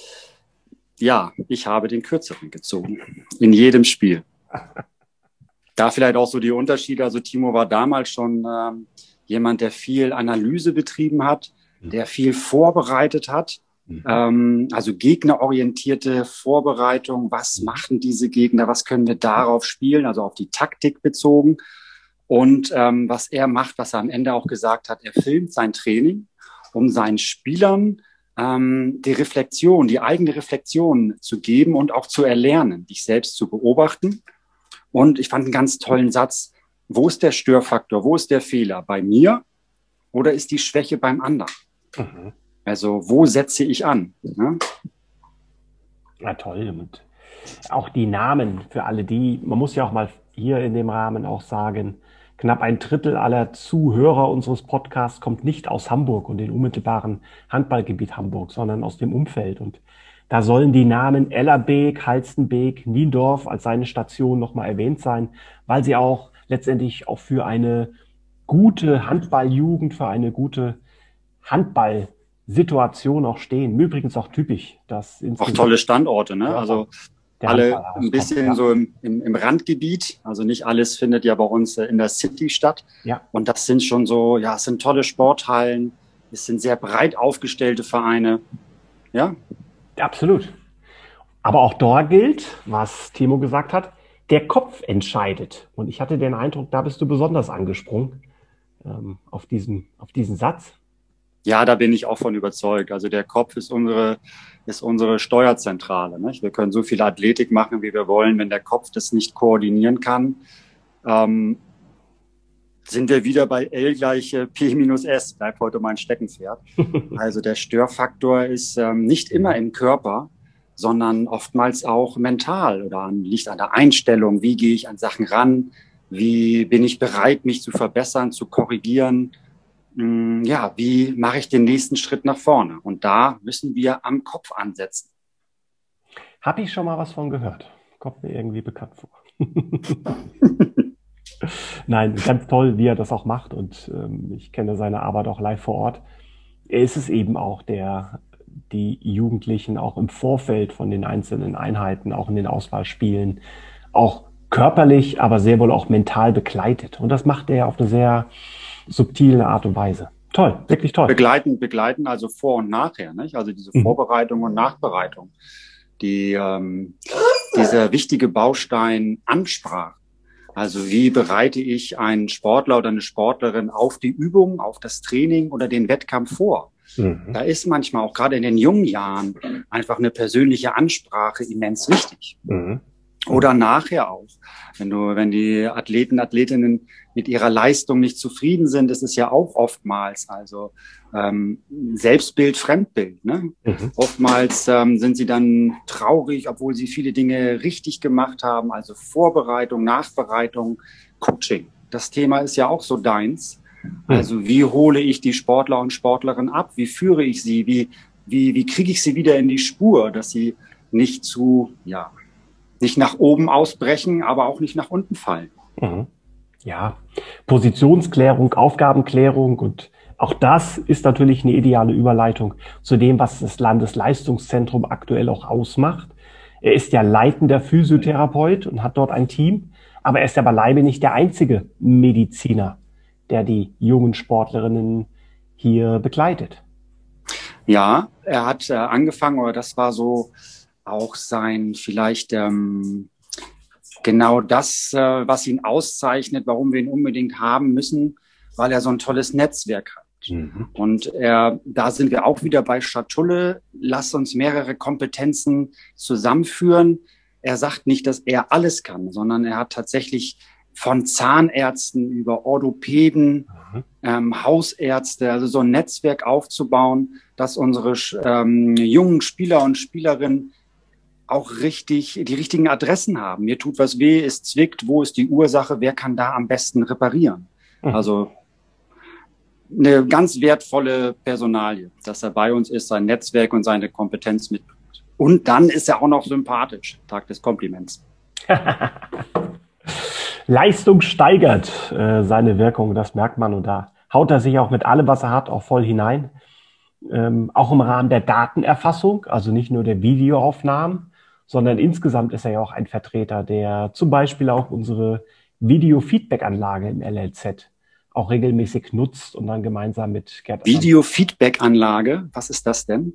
ja, ich habe den Kürzeren gezogen. In jedem Spiel. Da vielleicht auch so die Unterschiede. Also Timo war damals schon ähm, jemand, der viel Analyse betrieben hat, der viel vorbereitet hat. Mhm. Ähm, also gegnerorientierte Vorbereitung. Was machen diese Gegner? Was können wir darauf spielen? Also auf die Taktik bezogen. Und ähm, was er macht, was er am Ende auch gesagt hat, er filmt sein Training, um seinen Spielern ähm, die Reflexion, die eigene Reflexion zu geben und auch zu erlernen, dich selbst zu beobachten. Und ich fand einen ganz tollen Satz, wo ist der Störfaktor, wo ist der Fehler? Bei mir oder ist die Schwäche beim anderen? Mhm. Also wo setze ich an? Ne? Ja, toll. Und auch die Namen für alle die, man muss ja auch mal hier in dem Rahmen auch sagen, knapp ein Drittel aller Zuhörer unseres Podcasts kommt nicht aus Hamburg und dem unmittelbaren Handballgebiet Hamburg, sondern aus dem Umfeld. Und da sollen die Namen Ellerbeek, Halstenbeek, Niendorf als seine Station nochmal erwähnt sein, weil sie auch letztendlich auch für eine gute Handballjugend, für eine gute Handballsituation auch stehen. Übrigens auch typisch. Dass auch tolle Standorte, ne? Also alle ein bisschen ja. so im, im, im Randgebiet. Also nicht alles findet ja bei uns in der City statt. Ja. Und das sind schon so, ja, es sind tolle Sporthallen. Es sind sehr breit aufgestellte Vereine. Ja. Absolut. Aber auch dort gilt, was Timo gesagt hat, der Kopf entscheidet. Und ich hatte den Eindruck, da bist du besonders angesprungen ähm, auf diesen, auf diesen Satz. Ja, da bin ich auch von überzeugt. Also der Kopf ist unsere, ist unsere Steuerzentrale. Nicht? Wir können so viel Athletik machen, wie wir wollen. Wenn der Kopf das nicht koordinieren kann, ähm, sind wir wieder bei L gleich P minus S. Bleibt heute mein Steckenpferd. Also der Störfaktor ist ähm, nicht immer im Körper, sondern oftmals auch mental oder an, liegt an der Einstellung. Wie gehe ich an Sachen ran? Wie bin ich bereit, mich zu verbessern, zu korrigieren? Ja, wie mache ich den nächsten Schritt nach vorne? Und da müssen wir am Kopf ansetzen. Habe ich schon mal was von gehört. Kommt mir irgendwie bekannt vor. Nein, ganz toll, wie er das auch macht. Und ähm, ich kenne seine Arbeit auch live vor Ort. Er ist es eben auch, der die Jugendlichen auch im Vorfeld von den einzelnen Einheiten, auch in den Auswahlspielen, auch körperlich, aber sehr wohl auch mental begleitet. Und das macht er auf eine sehr subtile Art und Weise. Toll, wirklich toll. Begleiten, begleiten also vor und nachher, nicht? Also diese Mhm. Vorbereitung und Nachbereitung. Die, ähm, dieser wichtige Baustein Ansprache. Also wie bereite ich einen Sportler oder eine Sportlerin auf die Übung, auf das Training oder den Wettkampf vor? Mhm. Da ist manchmal auch gerade in den jungen Jahren einfach eine persönliche Ansprache immens wichtig. Mhm. Oder nachher auch. Wenn du, wenn die Athleten, Athletinnen mit ihrer Leistung nicht zufrieden sind, ist es ja auch oftmals, also ähm, Selbstbild, Fremdbild. Ne? Mhm. Oftmals ähm, sind sie dann traurig, obwohl sie viele Dinge richtig gemacht haben. Also Vorbereitung, Nachbereitung, Coaching. Das Thema ist ja auch so deins. Mhm. Also wie hole ich die Sportler und Sportlerinnen ab? Wie führe ich sie? Wie, wie, wie kriege ich sie wieder in die Spur, dass sie nicht zu, ja, nicht nach oben ausbrechen, aber auch nicht nach unten fallen. Mhm. Ja, Positionsklärung, Aufgabenklärung und auch das ist natürlich eine ideale Überleitung zu dem, was das Landesleistungszentrum aktuell auch ausmacht. Er ist ja leitender Physiotherapeut und hat dort ein Team, aber er ist ja beileibe nicht der einzige Mediziner, der die jungen Sportlerinnen hier begleitet. Ja, er hat äh, angefangen, oder das war so auch sein, vielleicht ähm, genau das, äh, was ihn auszeichnet, warum wir ihn unbedingt haben müssen, weil er so ein tolles Netzwerk hat. Mhm. Und er, da sind wir auch wieder bei Schatulle. Lass uns mehrere Kompetenzen zusammenführen. Er sagt nicht, dass er alles kann, sondern er hat tatsächlich von Zahnärzten über Orthopäden, mhm. ähm, Hausärzte, also so ein Netzwerk aufzubauen, dass unsere ähm, jungen Spieler und Spielerinnen auch richtig, die richtigen Adressen haben. Mir tut was weh, es zwickt, wo ist die Ursache, wer kann da am besten reparieren? Mhm. Also eine ganz wertvolle Personalie, dass er bei uns ist, sein Netzwerk und seine Kompetenz mitbringt. Und dann ist er auch noch sympathisch. Tag des Kompliments. Leistung steigert äh, seine Wirkung, das merkt man. Und da haut er sich auch mit allem, was er hat, auch voll hinein. Ähm, auch im Rahmen der Datenerfassung, also nicht nur der Videoaufnahmen, sondern insgesamt ist er ja auch ein Vertreter, der zum Beispiel auch unsere Video-Feedback-Anlage im L L Z auch regelmäßig nutzt und dann gemeinsam mit Gerd. Video-Feedback-Anlage, was ist das denn?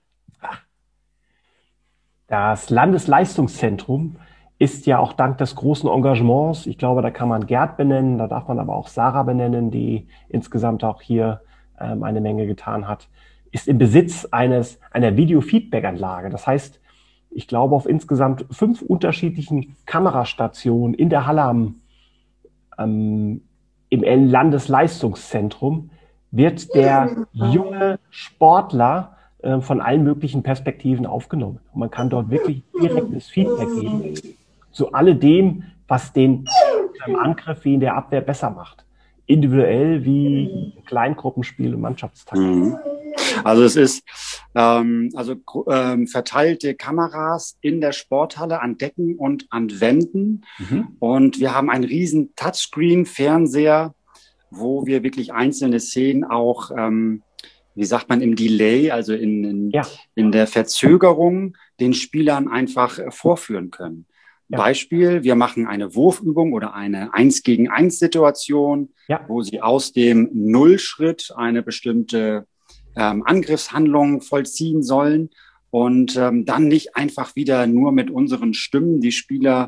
Das Landesleistungszentrum ist ja auch dank des großen Engagements, ich glaube, da kann man Gerd benennen, da darf man aber auch Sarah benennen, die insgesamt auch hier ähm, eine Menge getan hat, ist im Besitz eines einer Video-Feedback-Anlage. Das heißt, ich glaube, auf insgesamt fünf unterschiedlichen Kamerastationen in der Halle am, ähm, im Landesleistungszentrum wird der junge Sportler äh, von allen möglichen Perspektiven aufgenommen. Und man kann dort wirklich direktes Feedback geben zu alledem, was den im Angriff wie in der Abwehr besser macht. Individuell wie Kleingruppenspiel und Mannschaftstaktik. Mhm. Also es ist ähm, also ähm, verteilte Kameras in der Sporthalle an Decken und an Wänden. Mhm. Und wir haben einen riesen Touchscreen-Fernseher, wo wir wirklich einzelne Szenen auch, ähm, wie sagt man, im Delay, also in, in, ja. in der Verzögerung den Spielern einfach äh, vorführen können. Ja. Beispiel, wir machen eine Wurfübung oder eine eins gegen eins Situation, ja. wo sie aus dem Nullschritt eine bestimmte ähm, Angriffshandlung vollziehen sollen und ähm, dann nicht einfach wieder nur mit unseren Stimmen die Spieler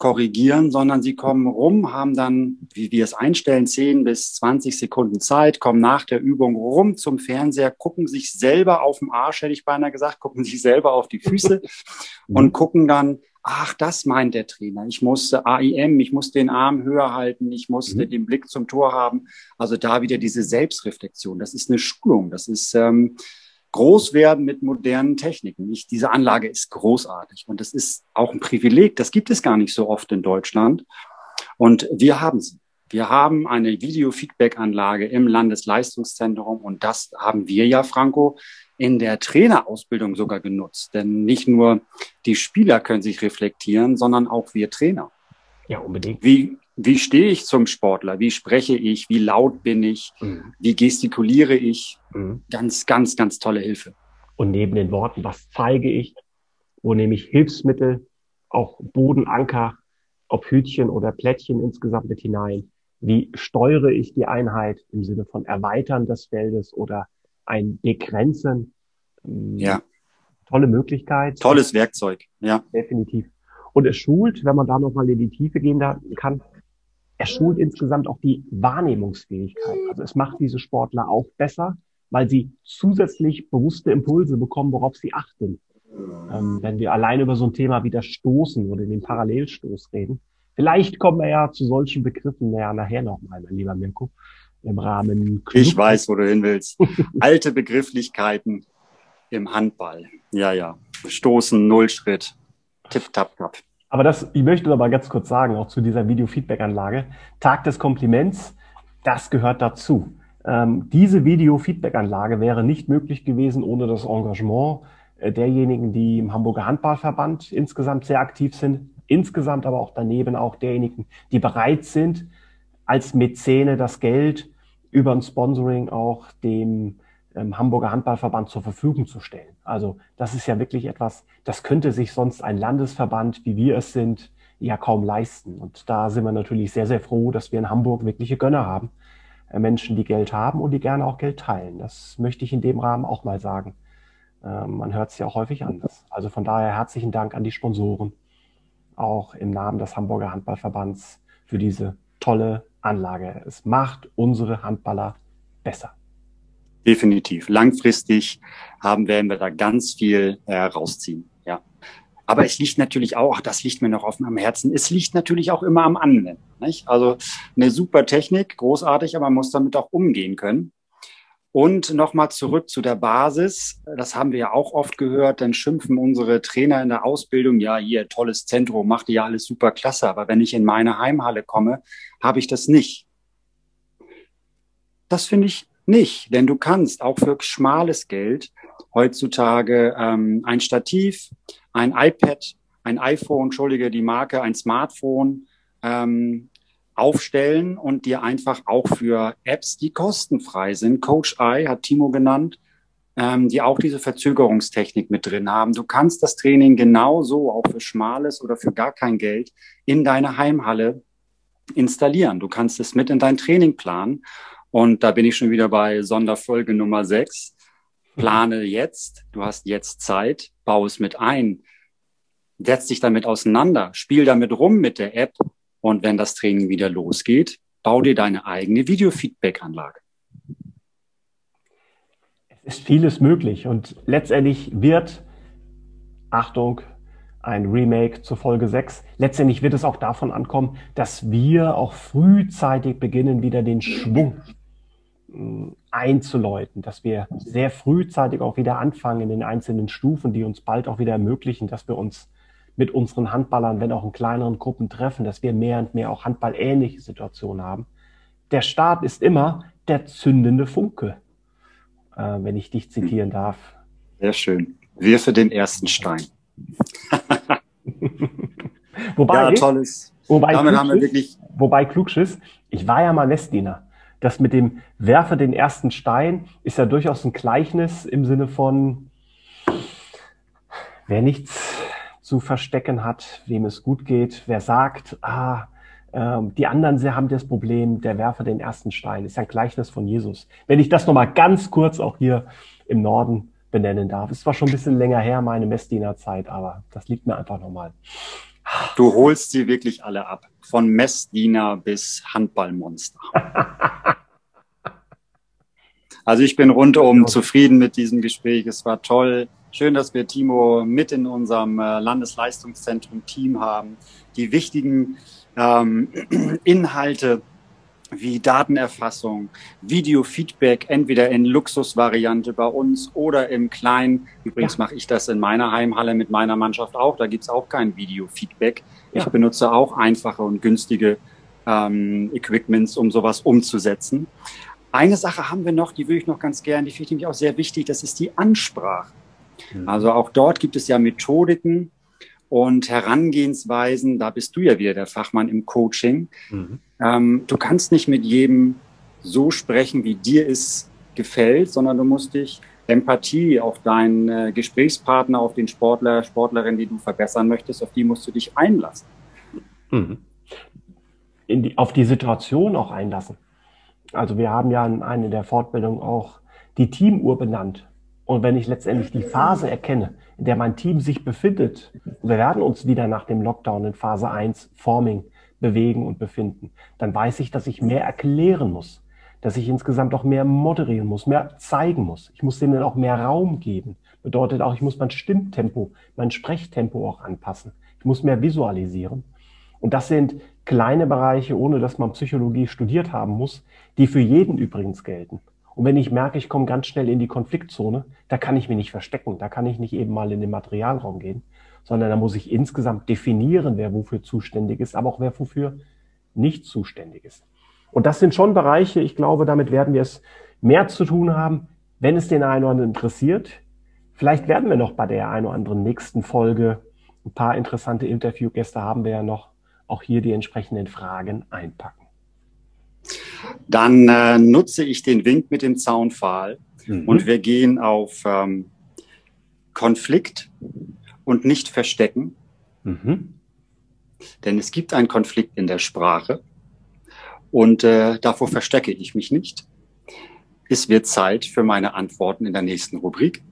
korrigieren, sondern sie kommen rum, haben dann, wie wir es einstellen, zehn bis zwanzig Sekunden Zeit, kommen nach der Übung rum zum Fernseher, gucken sich selber auf den Arsch, hätte ich beinahe gesagt, gucken sich selber auf die Füße und gucken dann, ach, das meint der Trainer. Ich musste A I M, ich musste den Arm höher halten, ich musste mhm. den Blick zum Tor haben. Also da wieder diese Selbstreflexion. Das ist eine Schulung, das ist ähm, groß werden mit modernen Techniken. Ich, diese Anlage ist großartig und das ist auch ein Privileg. Das gibt es gar nicht so oft in Deutschland. Und wir haben sie. Wir haben eine Video-Feedback-Anlage im Landesleistungszentrum und das haben wir ja, Franco, in der Trainerausbildung sogar genutzt. Denn nicht nur die Spieler können sich reflektieren, sondern auch wir Trainer. Ja, unbedingt. Wie, wie stehe ich zum Sportler? Wie spreche ich? Wie laut bin ich? Mhm. Wie gestikuliere ich? Mhm. Ganz, ganz, ganz tolle Hilfe. Und neben den Worten, was zeige ich? Wo nehme ich Hilfsmittel, auch Bodenanker, ob Hütchen oder Plättchen insgesamt mit hinein? Wie steuere ich die Einheit im Sinne von Erweitern des Feldes oder ein Begrenzen? Ja. Tolle Möglichkeit. Tolles Werkzeug, ja. Definitiv. Und es schult, wenn man da nochmal in die Tiefe gehen kann, es schult insgesamt auch die Wahrnehmungsfähigkeit. Also es macht diese Sportler auch besser, weil sie zusätzlich bewusste Impulse bekommen, worauf sie achten. Ähm, wenn wir allein über so ein Thema wie das Stoßen oder den Parallelstoß reden. Vielleicht kommen wir ja zu solchen Begriffen ja nachher nochmal, mein lieber Mirko, im Rahmen. Club. Ich weiß, wo du hin willst. Alte Begrifflichkeiten im Handball. Ja, ja. Stoßen, Nullschritt. Tipp, tap, tap. Aber das, ich möchte noch mal ganz kurz sagen, auch zu dieser Video-Feedback-Anlage. Tag des Kompliments, das gehört dazu. Ähm, diese Video-Feedback-Anlage wäre nicht möglich gewesen ohne das Engagement äh, derjenigen, die im Hamburger Handballverband insgesamt sehr aktiv sind. Insgesamt aber auch daneben auch derjenigen, die bereit sind, als Mäzene das Geld über ein Sponsoring auch dem ähm, Hamburger Handballverband zur Verfügung zu stellen. Also das ist ja wirklich etwas, das könnte sich sonst ein Landesverband, wie wir es sind, ja kaum leisten. Und da sind wir natürlich sehr, sehr froh, dass wir in Hamburg wirkliche Gönner haben. Äh, Menschen, die Geld haben und die gerne auch Geld teilen. Das möchte ich in dem Rahmen auch mal sagen. Äh, man hört es ja auch häufig anders. Also von daher herzlichen Dank an die Sponsoren, auch im Namen des Hamburger Handballverbands für diese tolle Anlage. Es macht unsere Handballer besser. Definitiv. Langfristig haben, werden wir da ganz viel äh, rausziehen. Ja. Aber es liegt natürlich auch, das liegt mir noch offen am Herzen, es liegt natürlich auch immer am Anwenden. Nicht? Also eine super Technik, großartig, aber man muss damit auch umgehen können. Und nochmal zurück zu der Basis. Das haben wir ja auch oft gehört. Dann schimpfen unsere Trainer in der Ausbildung, ja, hier, tolles Zentrum, macht ja alles super klasse. Aber wenn ich in meine Heimhalle komme, habe ich das nicht. Das finde ich nicht, denn du kannst auch für schmales Geld heutzutage ähm, ein Stativ, ein iPad, ein iPhone, entschuldige die Marke, ein Smartphone ähm, aufstellen und dir einfach auch für Apps, die kostenfrei sind, Coach Eye hat Timo genannt, ähm, die auch diese Verzögerungstechnik mit drin haben. Du kannst das Training genauso auch für schmales oder für gar kein Geld in deine Heimhalle installieren. Du kannst es mit in dein Training planen. Und da bin ich schon wieder bei Sonderfolge Nummer sechs. Plane jetzt, du hast jetzt Zeit, baue es mit ein, setz dich damit auseinander, spiel damit rum mit der App und wenn das Training wieder losgeht, bau dir deine eigene Video-Feedback-Anlage. Es ist vieles möglich und letztendlich wird, Achtung, ein Remake zur Folge sechs, letztendlich wird es auch davon ankommen, dass wir auch frühzeitig beginnen, wieder den Schwung einzuläuten, dass wir sehr frühzeitig auch wieder anfangen in den einzelnen Stufen, die uns bald auch wieder ermöglichen, dass wir uns mit unseren Handballern, wenn auch in kleineren Gruppen treffen, dass wir mehr und mehr auch handballähnliche Situationen haben. Der Start ist immer der zündende Funke, äh, wenn ich dich zitieren darf. Sehr schön. Wirfe den ersten Stein. wobei, ja, tolles. Wobei, Damit haben wir wirklich. Wobei Klugschiss, ich war ja mal Messdiener. Das mit dem Werfe den ersten Stein ist ja durchaus ein Gleichnis im Sinne von, wer nichts zu verstecken hat, wem es gut geht, wer sagt, ah, äh, die anderen sie haben das Problem, der werfe den ersten Stein, ist ja ein Gleichnis von Jesus. Wenn ich das nochmal ganz kurz auch hier im Norden benennen darf. Es war schon ein bisschen länger her, meine Messdienerzeit, aber das liegt mir einfach nochmal Du holst sie wirklich alle ab. Von Messdiener bis Handballmonster. Also ich bin rundum zufrieden mit diesem Gespräch. Es war toll. Schön, dass wir Timo mit in unserem Landesleistungszentrum Team haben. Die wichtigen ähm, Inhalte wie Datenerfassung, Videofeedback, entweder in Luxusvariante bei uns oder im Kleinen. Übrigens ja. mache ich das in meiner Heimhalle mit meiner Mannschaft auch. Da gibt's auch kein Videofeedback. Ja. Ich benutze auch einfache und günstige ähm, Equipments, um sowas umzusetzen. Eine Sache haben wir noch, die würde ich noch ganz gerne, die finde ich nämlich auch sehr wichtig, das ist die Ansprache. Mhm. Also auch dort gibt es ja Methodiken und Herangehensweisen, da bist du ja wieder der Fachmann im Coaching. Mhm. Ähm, du kannst nicht mit jedem so sprechen, wie dir es gefällt, sondern du musst dich Empathie auf deinen äh, Gesprächspartner, auf den Sportler, Sportlerin, die du verbessern möchtest, auf die musst du dich einlassen. Mhm. In die, auf die Situation auch einlassen. Also wir haben ja in einer der Fortbildungen auch die Teamuhr benannt. Und wenn ich letztendlich die Phase erkenne, in der mein Team sich befindet, wir werden uns wieder nach dem Lockdown in Phase eins Forming bewegen und befinden, dann weiß ich, dass ich mehr erklären muss, dass ich insgesamt auch mehr moderieren muss, mehr zeigen muss. Ich muss denen auch mehr Raum geben. Bedeutet auch, ich muss mein Stimmtempo, mein Sprechtempo auch anpassen. Ich muss mehr visualisieren. Und das sind kleine Bereiche, ohne dass man Psychologie studiert haben muss, die für jeden übrigens gelten. Und wenn ich merke, ich komme ganz schnell in die Konfliktzone, da kann ich mich nicht verstecken, da kann ich nicht eben mal in den Materialraum gehen, sondern da muss ich insgesamt definieren, wer wofür zuständig ist, aber auch wer wofür nicht zuständig ist. Und das sind schon Bereiche, ich glaube, damit werden wir es mehr zu tun haben, wenn es den einen oder anderen interessiert. Vielleicht werden wir noch bei der einen oder anderen nächsten Folge ein paar interessante Interviewgäste haben wir ja noch, auch hier die entsprechenden Fragen einpacken. Dann äh, nutze ich den Wink mit dem Zaunpfahl mhm. und wir gehen auf ähm, Konflikt und nicht verstecken. Mhm. Denn es gibt einen Konflikt in der Sprache und äh, davor verstecke ich mich nicht. Es wird Zeit für meine Antworten in der nächsten Rubrik.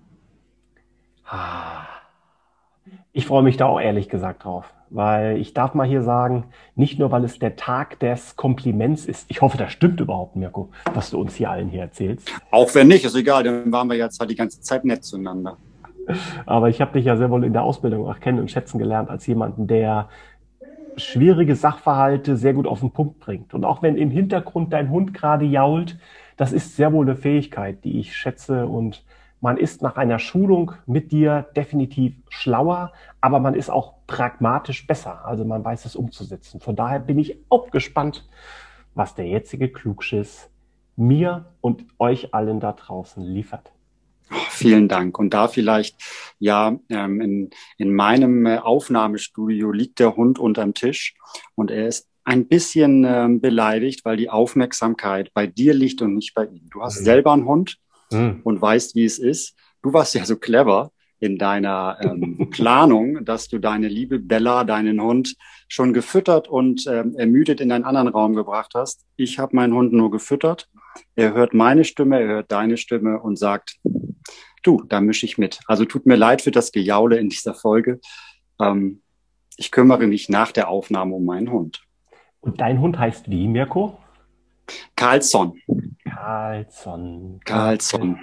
Ich freue mich da auch ehrlich gesagt drauf, weil ich darf mal hier sagen, nicht nur, weil es der Tag des Kompliments ist. Ich hoffe, das stimmt überhaupt, Mirko, was du uns hier allen hier erzählst. Auch wenn nicht, ist egal, dann waren wir jetzt halt die ganze Zeit nett zueinander. Aber ich habe dich ja sehr wohl in der Ausbildung auch kennen und schätzen gelernt als jemanden, der schwierige Sachverhalte sehr gut auf den Punkt bringt. Und auch wenn im Hintergrund dein Hund gerade jault, das ist sehr wohl eine Fähigkeit, die ich schätze, und man ist nach einer Schulung mit dir definitiv schlauer, aber man ist auch pragmatisch besser. Also man weiß es umzusetzen. Von daher bin ich auch gespannt, was der jetzige Klugschiss mir und euch allen da draußen liefert. Oh, vielen Dank. Und da vielleicht, ja, ähm, in, in meinem äh, Aufnahmestudio liegt der Hund unterm Tisch und er ist ein bisschen ähm, beleidigt, weil die Aufmerksamkeit bei dir liegt und nicht bei ihm. Du hast mhm. selber einen Hund. Und weißt, wie es ist. Du warst ja so clever in deiner ähm, Planung, dass du deine liebe Bella, deinen Hund, schon gefüttert und ähm, ermüdet in einen anderen Raum gebracht hast. Ich habe meinen Hund nur gefüttert. Er hört meine Stimme, er hört deine Stimme und sagt, du, da mische ich mit. Also tut mir leid für das Gejaule in dieser Folge. Ähm, ich kümmere mich nach der Aufnahme um meinen Hund. Und dein Hund heißt wie, Mirko? Carlson. Carlson. Carlson.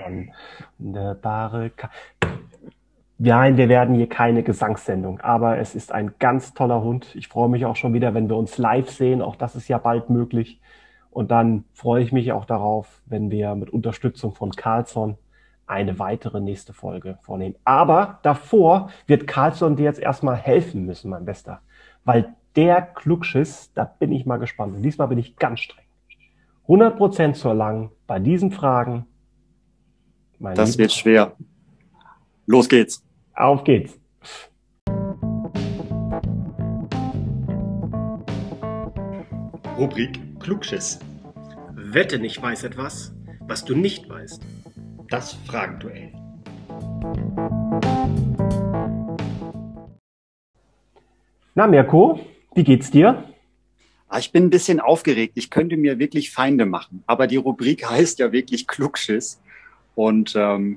Wunderbare Ka Nein, wir werden hier keine Gesangssendung, aber es ist ein ganz toller Hund. Ich freue mich auch schon wieder, wenn wir uns live sehen. Auch das ist ja bald möglich. Und dann freue ich mich auch darauf, wenn wir mit Unterstützung von Carlson eine weitere nächste Folge vornehmen. Aber davor wird Carlson dir jetzt erstmal helfen müssen, mein Bester. Weil der Klugschiss, da bin ich mal gespannt. Und diesmal bin ich ganz streng. hundert Prozent zu erlangen bei diesen Fragen. Mein das Lieben, wird schwer. Los geht's. Auf geht's. Rubrik Klugschiss. Wette nicht weiß etwas, was du nicht weißt. Das Fragenduell. Na Mirko, wie geht's dir? Ich bin ein bisschen aufgeregt. Ich könnte mir wirklich Feinde machen. Aber die Rubrik heißt ja wirklich Klugschiss. Und ähm,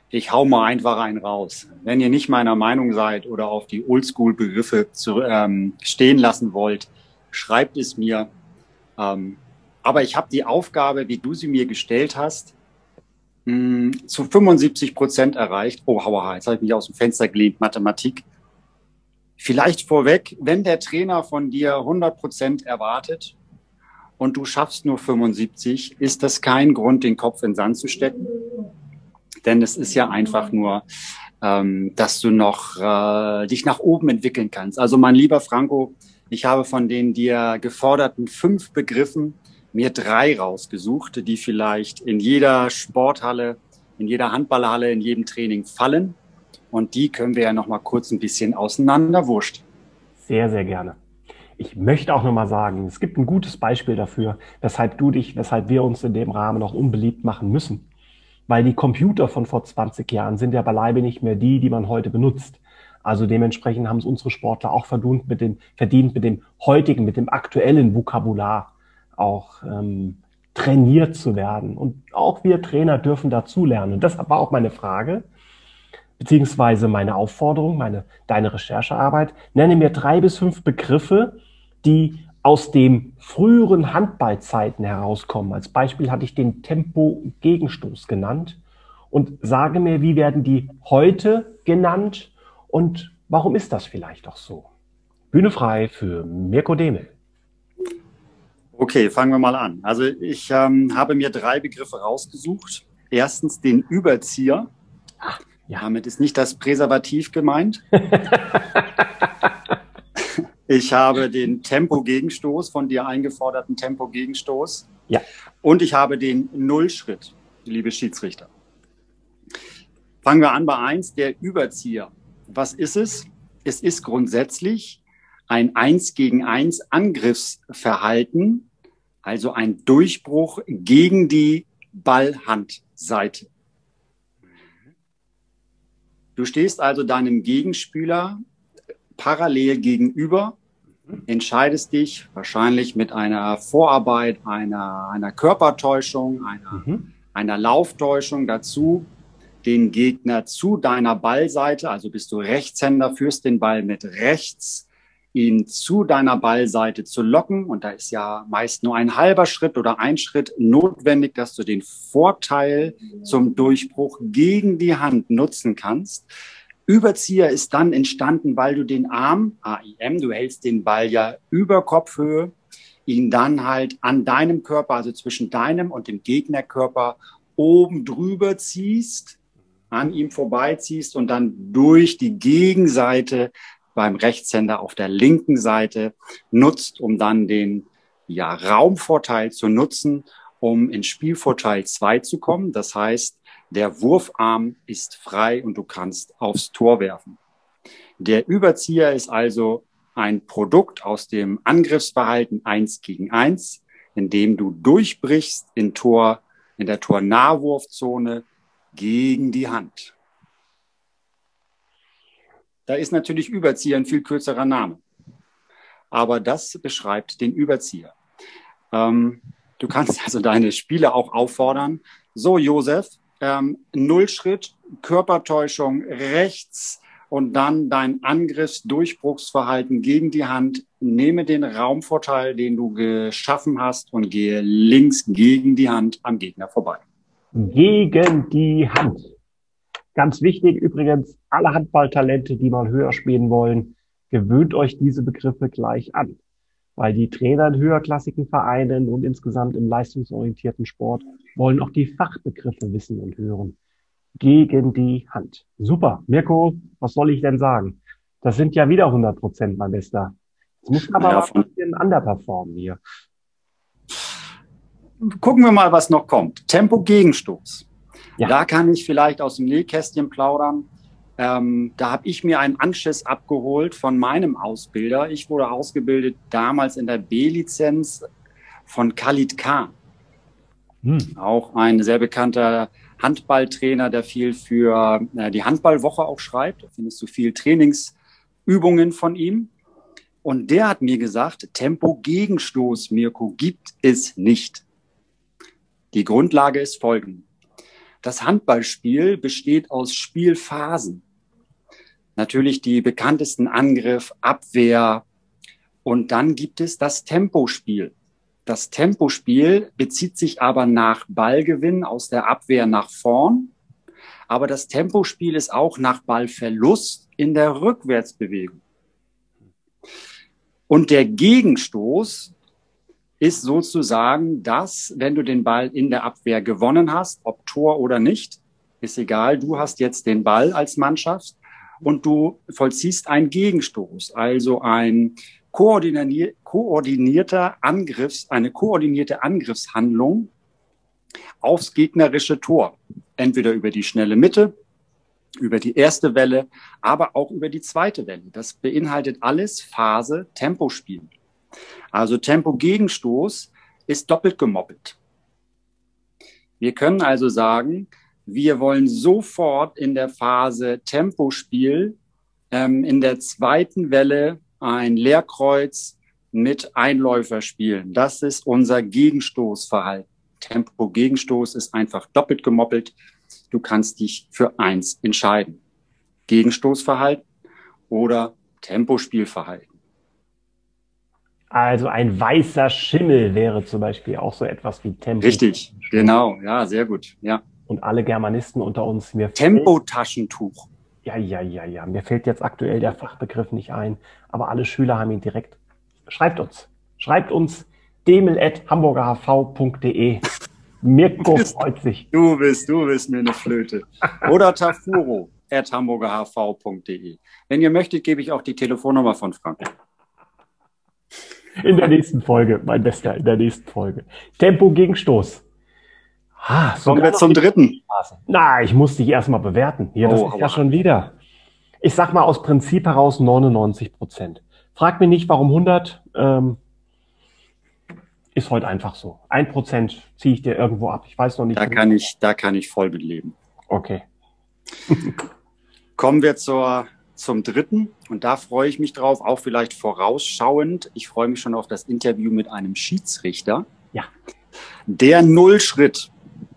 Ich hau mal einfach einen raus. Wenn ihr nicht meiner Meinung seid oder auf die Oldschool-Begriffe zu, ähm, stehen lassen wollt, schreibt es mir. Ähm, aber ich habe die Aufgabe, wie du sie mir gestellt hast, mh, zu fünfundsiebzig Prozent erreicht. Oh, hauaha, jetzt habe ich mich aus dem Fenster gelehnt, Mathematik. Vielleicht vorweg, wenn der Trainer von dir hundert Prozent erwartet und du schaffst nur fünfundsiebzig, ist das kein Grund, den Kopf in den Sand zu stecken. Denn es ist ja einfach nur, ähm, dass du noch äh, dich nach oben entwickeln kannst. Also mein lieber Franco, ich habe von den dir geforderten fünf Begriffen mir drei rausgesucht, die vielleicht in jeder Sporthalle, in jeder Handballhalle, in jedem Training fallen. Und die können wir ja noch mal kurz ein bisschen auseinanderwurschteln. Sehr, sehr gerne. Ich möchte auch noch mal sagen, es gibt ein gutes Beispiel dafür, weshalb du dich, weshalb wir uns in dem Rahmen noch unbeliebt machen müssen. Weil die Computer von vor zwanzig Jahren sind ja beileibe nicht mehr die, die man heute benutzt. Also dementsprechend haben es unsere Sportler auch verdient mit dem, verdient mit dem heutigen, mit dem aktuellen Vokabular auch ähm, trainiert zu werden. Und auch wir Trainer dürfen dazulernen. Und deshalb war auch meine Frage, beziehungsweise meine Aufforderung, meine, deine Recherchearbeit, nenne mir drei bis fünf Begriffe, die aus dem früheren Handballzeiten herauskommen. Als Beispiel hatte ich den Tempo-Gegenstoß genannt und sage mir, wie werden die heute genannt und warum ist das vielleicht auch so? Bühne frei für Mirko Demel. Okay, fangen wir mal an. Also ich ähm, habe mir drei Begriffe rausgesucht. Erstens den Überzieher. Ach, ja. Damit ist nicht das Präservativ gemeint. Ich habe den Tempo-Gegenstoß, von dir eingeforderten Tempo-Gegenstoß. Ja. Und ich habe den Nullschritt, liebe Schiedsrichter. Fangen wir an bei eins, der Überzieher. Was ist es? Es ist grundsätzlich ein eins gegen eins Angriffsverhalten, also ein Durchbruch gegen die Ballhandseite. Du stehst also deinem Gegenspieler parallel gegenüber, entscheidest dich wahrscheinlich mit einer Vorarbeit, einer, einer Körpertäuschung, einer, mhm. einer Lauftäuschung dazu, den Gegner zu deiner Ballseite, also bist du Rechtshänder, führst den Ball mit rechts, ihn zu deiner Ballseite zu locken. Und da ist ja meist nur ein halber Schritt oder ein Schritt notwendig, dass du den Vorteil zum Durchbruch gegen die Hand nutzen kannst. Überzieher ist dann entstanden, weil du den Arm, A I M, du hältst den Ball ja über Kopfhöhe, ihn dann halt an deinem Körper, also zwischen deinem und dem Gegnerkörper oben drüber ziehst, an ihm vorbeiziehst und dann durch die Gegenseite beim Rechtshänder auf der linken Seite nutzt, um dann den ja, Raumvorteil zu nutzen, um in Spielvorteil zwei zu kommen. Das heißt, der Wurfarm ist frei und du kannst aufs Tor werfen. Der Überzieher ist also ein Produkt aus dem Angriffsverhalten eins gegen eins, in dem du durchbrichst in Tor, in der Tornahwurfzone gegen die Hand. Da ist natürlich Überzieher ein viel kürzerer Name. Aber das beschreibt den Überzieher. Ähm, du kannst also deine Spieler auch auffordern. So, Josef, ähm, Nullschritt, Körpertäuschung rechts und dann dein Angriffsdurchbruchsverhalten gegen die Hand. Nehme den Raumvorteil, den du geschaffen hast und gehe links gegen die Hand am Gegner vorbei. Gegen die Hand. Ganz wichtig übrigens, alle Handballtalente, die mal höher spielen wollen, gewöhnt euch diese Begriffe gleich an. Weil die Trainer in höherklassigen Vereinen und insgesamt im leistungsorientierten Sport wollen auch die Fachbegriffe wissen und hören. Gegen die Hand. Super. Mirko, was soll ich denn sagen? Das sind ja wieder hundert Prozent, mein Bester. Jetzt muss aber ja, ein bisschen underperformen hier. Gucken wir mal, was noch kommt. Tempo-Gegenstoß. Ja. Da kann ich vielleicht aus dem Nähkästchen plaudern. Ähm, da habe ich mir einen Anschiss abgeholt von meinem Ausbilder. Ich wurde ausgebildet damals in der B-Lizenz von Khalid Khan. Hm. Auch ein sehr bekannter Handballtrainer, der viel für äh, die Handballwoche auch schreibt. Da findest du viel Trainingsübungen von ihm. Und der hat mir gesagt, Tempo-Gegenstoß, Mirko, gibt es nicht. Die Grundlage ist folgende. Das Handballspiel besteht aus Spielphasen. Natürlich die bekanntesten Angriff, Abwehr und dann gibt es das Tempospiel. Das Tempospiel bezieht sich aber nach Ballgewinn aus der Abwehr nach vorn. Aber das Tempospiel ist auch nach Ballverlust in der Rückwärtsbewegung. Und der Gegenstoß ist sozusagen das, wenn du den Ball in der Abwehr gewonnen hast, ob Tor oder nicht, ist egal, du hast jetzt den Ball als Mannschaft und du vollziehst einen Gegenstoß, also ein koordinier- koordinierter Angriffs, eine koordinierte Angriffshandlung aufs gegnerische Tor. Entweder über die schnelle Mitte, über die erste Welle, aber auch über die zweite Welle. Das beinhaltet alles Phase, Tempospiel. Also Tempo-Gegenstoß ist doppelt gemoppelt. Wir können also sagen, wir wollen sofort in der Phase Tempospiel ähm, in der zweiten Welle ein Leerkreuz mit Einläufer spielen. Das ist unser Gegenstoßverhalten. Tempo-Gegenstoß ist einfach doppelt gemoppelt. Du kannst dich für eins entscheiden. Gegenstoßverhalten oder Tempospielverhalten. Also ein weißer Schimmel wäre zum Beispiel auch so etwas wie Tempo. Richtig, genau, ja, sehr gut, ja. Und alle Germanisten unter uns, mir Tempotaschentuch. Ja, ja, ja, ja. Mir fällt jetzt aktuell der Fachbegriff nicht ein, aber alle Schüler haben ihn direkt. Schreibt uns. Schreibt uns demel at hamburger h v punkt de. Mirko freut sich. Du bist, du bist mir eine Flöte. Oder tafuro at hamburger h v punkt de. Wenn ihr möchtet, gebe ich auch die Telefonnummer von Frank. In der nächsten Folge, mein Bester, in der nächsten Folge. Tempo Gegenstoß. Ah, Kommen wir zum dritten. Na, ich muss dich erstmal bewerten. Hier, das Oh, ist ja aua. schon wieder. Ich sag mal aus Prinzip heraus neunundneunzig Prozent. Frag mich nicht, warum hundert. Ähm, ist heute einfach so. Ein Prozent ziehe ich dir irgendwo ab. Ich weiß noch nicht. Da kann ich, da kann ich voll mitleben. Okay. Kommen wir zur, zum dritten. Und da freue ich mich drauf, auch vielleicht vorausschauend. Ich freue mich schon auf das Interview mit einem Schiedsrichter. Ja. Der Nullschritt.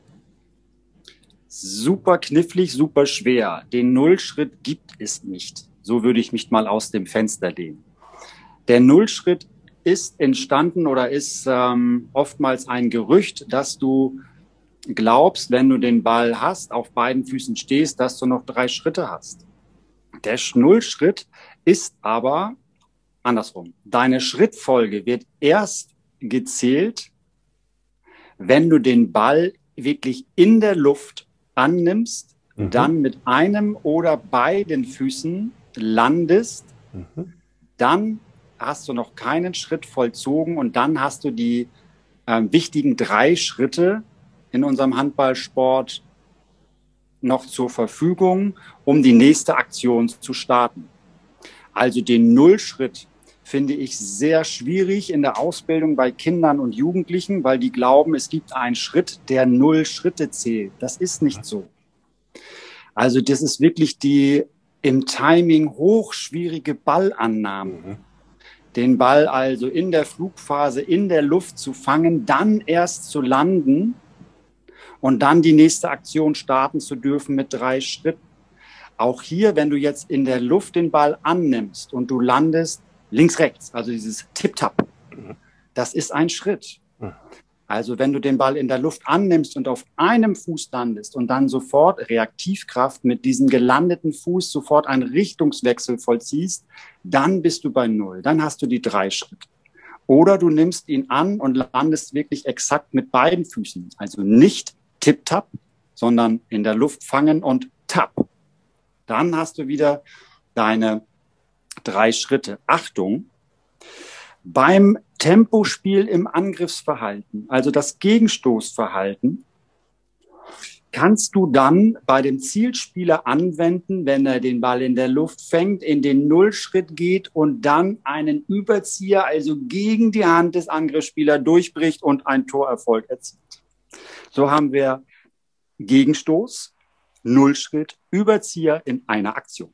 Super knifflig, super schwer. Den Nullschritt gibt es nicht. So würde ich mich mal aus dem Fenster lehnen. Der Nullschritt ist entstanden oder ist ähm, oftmals ein Gerücht, dass du glaubst, wenn du den Ball hast, auf beiden Füßen stehst, dass du noch drei Schritte hast. Der Nullschritt ist aber andersrum. Deine Schrittfolge wird erst gezählt, wenn du den Ball wirklich in der Luft annimmst, mhm. dann mit einem oder beiden Füßen landest, mhm. dann hast du noch keinen Schritt vollzogen und dann hast du die äh, wichtigen drei Schritte in unserem Handballsport noch zur Verfügung, um die nächste Aktion zu starten. Also den Nullschritt finde ich sehr schwierig in der Ausbildung bei Kindern und Jugendlichen, weil die glauben, es gibt einen Schritt, der null Schritte zählt. Das ist nicht so. Also das ist wirklich die im Timing hochschwierige Ballannahme. Mhm. Den Ball also in der Flugphase in der Luft zu fangen, dann erst zu landen und dann die nächste Aktion starten zu dürfen mit drei Schritten. Auch hier, wenn du jetzt in der Luft den Ball annimmst und du landest links, rechts, also dieses Tip-Tap, das ist ein Schritt. Also wenn du den Ball in der Luft annimmst und auf einem Fuß landest und dann sofort Reaktivkraft mit diesem gelandeten Fuß sofort einen Richtungswechsel vollziehst, dann bist du bei Null. Dann hast du die drei Schritte. Oder du nimmst ihn an und landest wirklich exakt mit beiden Füßen. Also nicht Tip-Tap, sondern in der Luft fangen und Tap. Dann hast du wieder deine drei Schritte. Achtung, beim Tempospiel im Angriffsverhalten, also das Gegenstoßverhalten, kannst du dann bei dem Zielspieler anwenden, wenn er den Ball in der Luft fängt, in den Nullschritt geht und dann einen Überzieher, also gegen die Hand des Angriffsspielers durchbricht und einen Torerfolg erzielt. So haben wir Gegenstoß, Nullschritt, Überzieher in einer Aktion.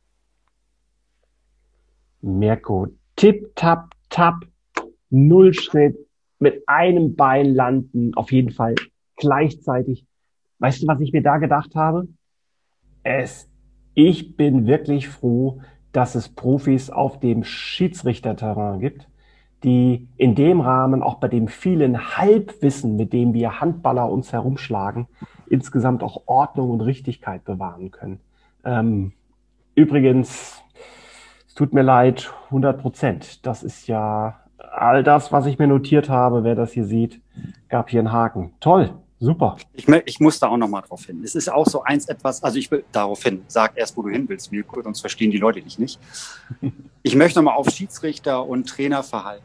Mirko, Tipp, Tap, Tap, Nullschritt, mit einem Bein landen, auf jeden Fall gleichzeitig Weißt du, was ich mir da gedacht habe? Es, ich bin wirklich froh, dass es Profis auf dem Schiedsrichterterrain gibt, die in dem Rahmen, auch bei dem vielen Halbwissen, mit dem wir Handballer uns herumschlagen, insgesamt auch Ordnung und Richtigkeit bewahren können. Ähm, übrigens, es tut mir leid, hundert Prozent. Das ist ja all das, was ich mir notiert habe. Wer das hier sieht, gab hier einen Haken. Toll, super. Ich, ich muss da auch noch mal drauf hin. Es ist auch so eins etwas, also ich will darauf hin, sag erst, wo du hin willst, Mirko, sonst verstehen die Leute dich nicht. Ich möchte noch mal auf Schiedsrichter und Trainerverhalten.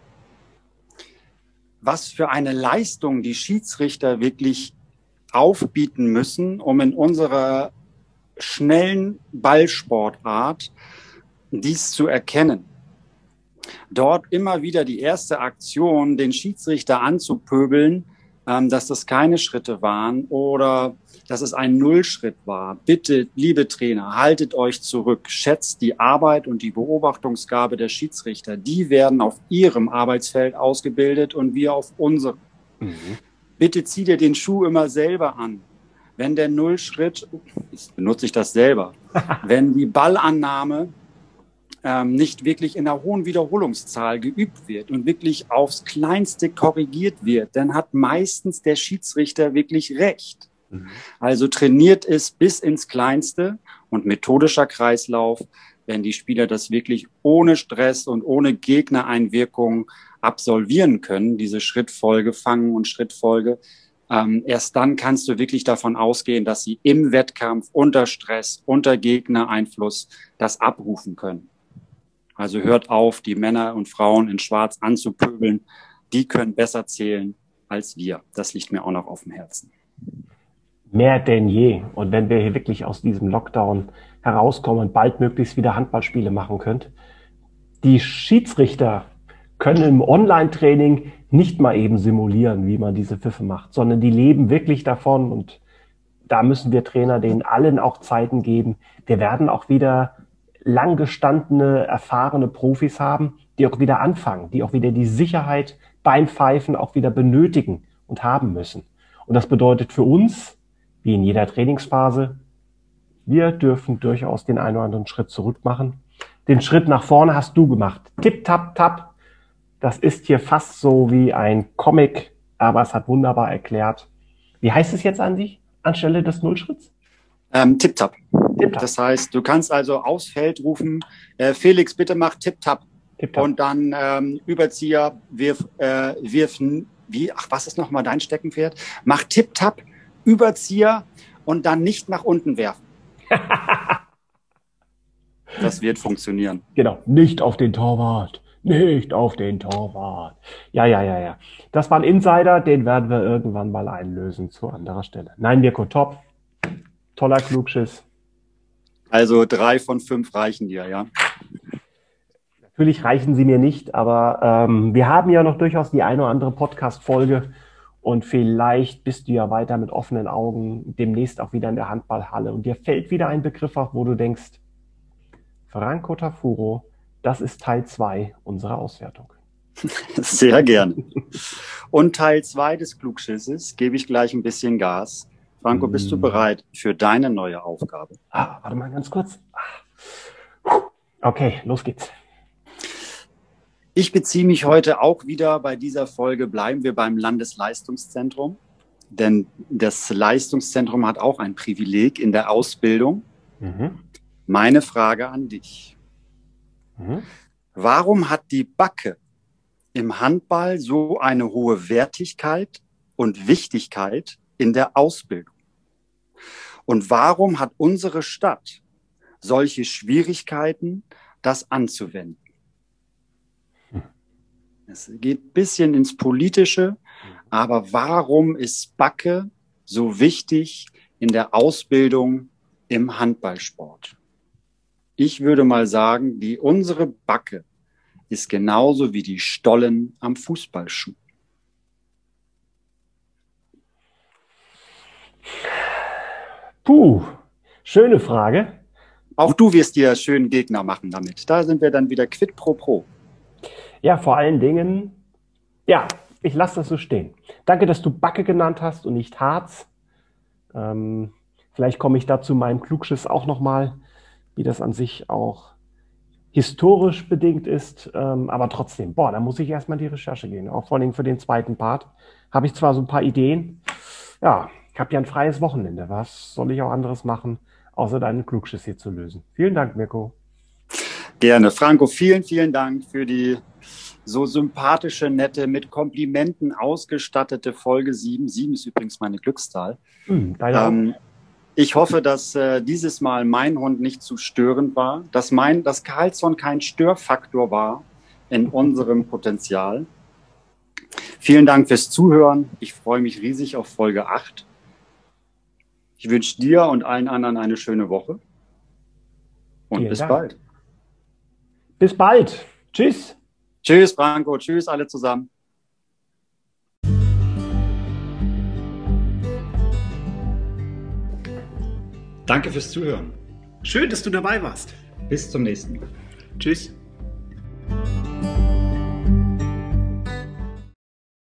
Was für eine Leistung die Schiedsrichter wirklich aufbieten müssen, um in unserer schnellen Ballsportart dies zu erkennen. Dort immer wieder die erste Aktion, den Schiedsrichter anzupöbeln, ähm, dass das keine Schritte waren oder dass es ein Nullschritt war. Bitte, liebe Trainer, haltet euch zurück. Schätzt die Arbeit und die Beobachtungsgabe der Schiedsrichter. Die werden auf ihrem Arbeitsfeld ausgebildet und wir auf unserem. Mhm. Bitte zieh dir den Schuh immer selber an. Wenn der Nullschritt, jetzt benutze ich das selber, wenn die Ballannahme ähm, nicht wirklich in einer hohen Wiederholungszahl geübt wird und wirklich aufs Kleinste korrigiert wird, dann hat meistens der Schiedsrichter wirklich recht. Mhm. Also trainiert es bis ins Kleinste und methodischer Kreislauf, wenn die Spieler das wirklich ohne Stress und ohne Gegnereinwirkung absolvieren können, diese Schrittfolge, Fangen und Schrittfolge, Ähm, erst dann kannst du wirklich davon ausgehen, dass sie im Wettkampf unter Stress, unter Gegnereinfluss das abrufen können. Also hört auf, die Männer und Frauen in Schwarz anzupöbeln. Die können besser zählen als wir. Das liegt mir auch noch auf dem Herzen. Mehr denn je. Und wenn wir hier wirklich aus diesem Lockdown herauskommen und bald möglichst wieder Handballspiele machen könnt, die Schiedsrichter können im Online-Training nicht mal eben simulieren, wie man diese Pfiffe macht, sondern die leben wirklich davon und da müssen wir Trainer denen allen auch Zeiten geben. Wir werden auch wieder lang gestandene, erfahrene Profis haben, die auch wieder anfangen, die auch wieder die Sicherheit beim Pfeifen auch wieder benötigen und haben müssen. Und das bedeutet für uns, wie in jeder Trainingsphase, wir dürfen durchaus den einen oder anderen Schritt zurück machen. Den Schritt nach vorne hast du gemacht. Tipp, tap, tap. Das ist hier fast so wie ein Comic, aber es hat wunderbar erklärt. Wie heißt es jetzt an sich, anstelle des Nullschritts? Ähm, Tip-Tap. Tip-Tap. Das heißt, du kannst also aufs Feld rufen, äh, Felix, bitte mach Tip-Tap. Tip-Tap. Und dann ähm, Überzieher, wirf, äh, wirf, wie, ach, was ist nochmal dein Steckenpferd? Mach Tip-Tap, Überzieher und dann nicht nach unten werfen. Das wird funktionieren. Genau, nicht auf den Torwart. Nicht auf den Torwart. Ja, ja, ja, ja. Das war ein Insider, den werden wir irgendwann mal einlösen zu anderer Stelle. Nein, Mirko, top. Toller Klugschiss. Also drei von fünf reichen dir, ja? Natürlich reichen sie mir nicht, aber ähm, wir haben ja noch durchaus die eine oder andere Podcast-Folge und vielleicht bist du ja weiter mit offenen Augen demnächst auch wieder in der Handballhalle und dir fällt wieder ein Begriff auf, wo du denkst, Franco Tafuro, das ist Teil zwei unserer Auswertung. Sehr gerne. Und Teil zwei des Klugschisses gebe ich gleich ein bisschen Gas. Franco, bist du bereit für deine neue Aufgabe? Ah, warte mal ganz kurz. Ah. Okay, los geht's. Ich beziehe mich heute auch wieder bei dieser Folge, bleiben wir beim Landesleistungszentrum. Denn das Leistungszentrum hat auch ein Privileg in der Ausbildung. Mhm. Meine Frage an dich. Mhm. Warum hat die Backe im Handball so eine hohe Wertigkeit und Wichtigkeit in der Ausbildung? Und warum hat unsere Stadt solche Schwierigkeiten, das anzuwenden? Hm. Es geht ein bisschen ins Politische, aber warum ist Backe so wichtig in der Ausbildung im Handballsport? Ich würde mal sagen, die unsere Backe ist genauso wie die Stollen am Fußballschuh. Puh, schöne Frage. Auch du wirst dir schönen Gegner machen damit. Da sind wir dann wieder quid pro pro. Ja, vor allen Dingen, ja, ich lasse das so stehen. Danke, dass du Backe genannt hast und nicht Harz. Ähm, vielleicht komme ich dazu meinem Klugschiss auch nochmal, wie das an sich auch historisch bedingt ist, ähm, aber trotzdem, boah, da muss ich erstmal in die Recherche gehen, auch vor allem für den zweiten Part. Habe ich zwar so ein paar Ideen, ja, ich habe ja ein freies Wochenende, was soll ich auch anderes machen, außer deinen Klugschiss hier zu lösen. Vielen Dank, Mirko. Gerne. Franco, vielen, vielen Dank für die so sympathische, nette, mit Komplimenten ausgestattete Folge sieben. sieben ist übrigens meine Glückszahl. Hm, deine ähm, Ich hoffe, dass äh, dieses Mal mein Hund nicht zu störend war, dass, mein, dass Carlsson kein Störfaktor war in unserem Potenzial. Vielen Dank fürs Zuhören. Ich freue mich riesig auf Folge acht. Ich wünsche dir und allen anderen eine schöne Woche. Und Vielen bis Dank. bald. Bis bald. Tschüss. Tschüss, Franco. Tschüss, alle zusammen. Danke fürs Zuhören. Schön, dass du dabei warst. Bis zum nächsten Mal. Tschüss.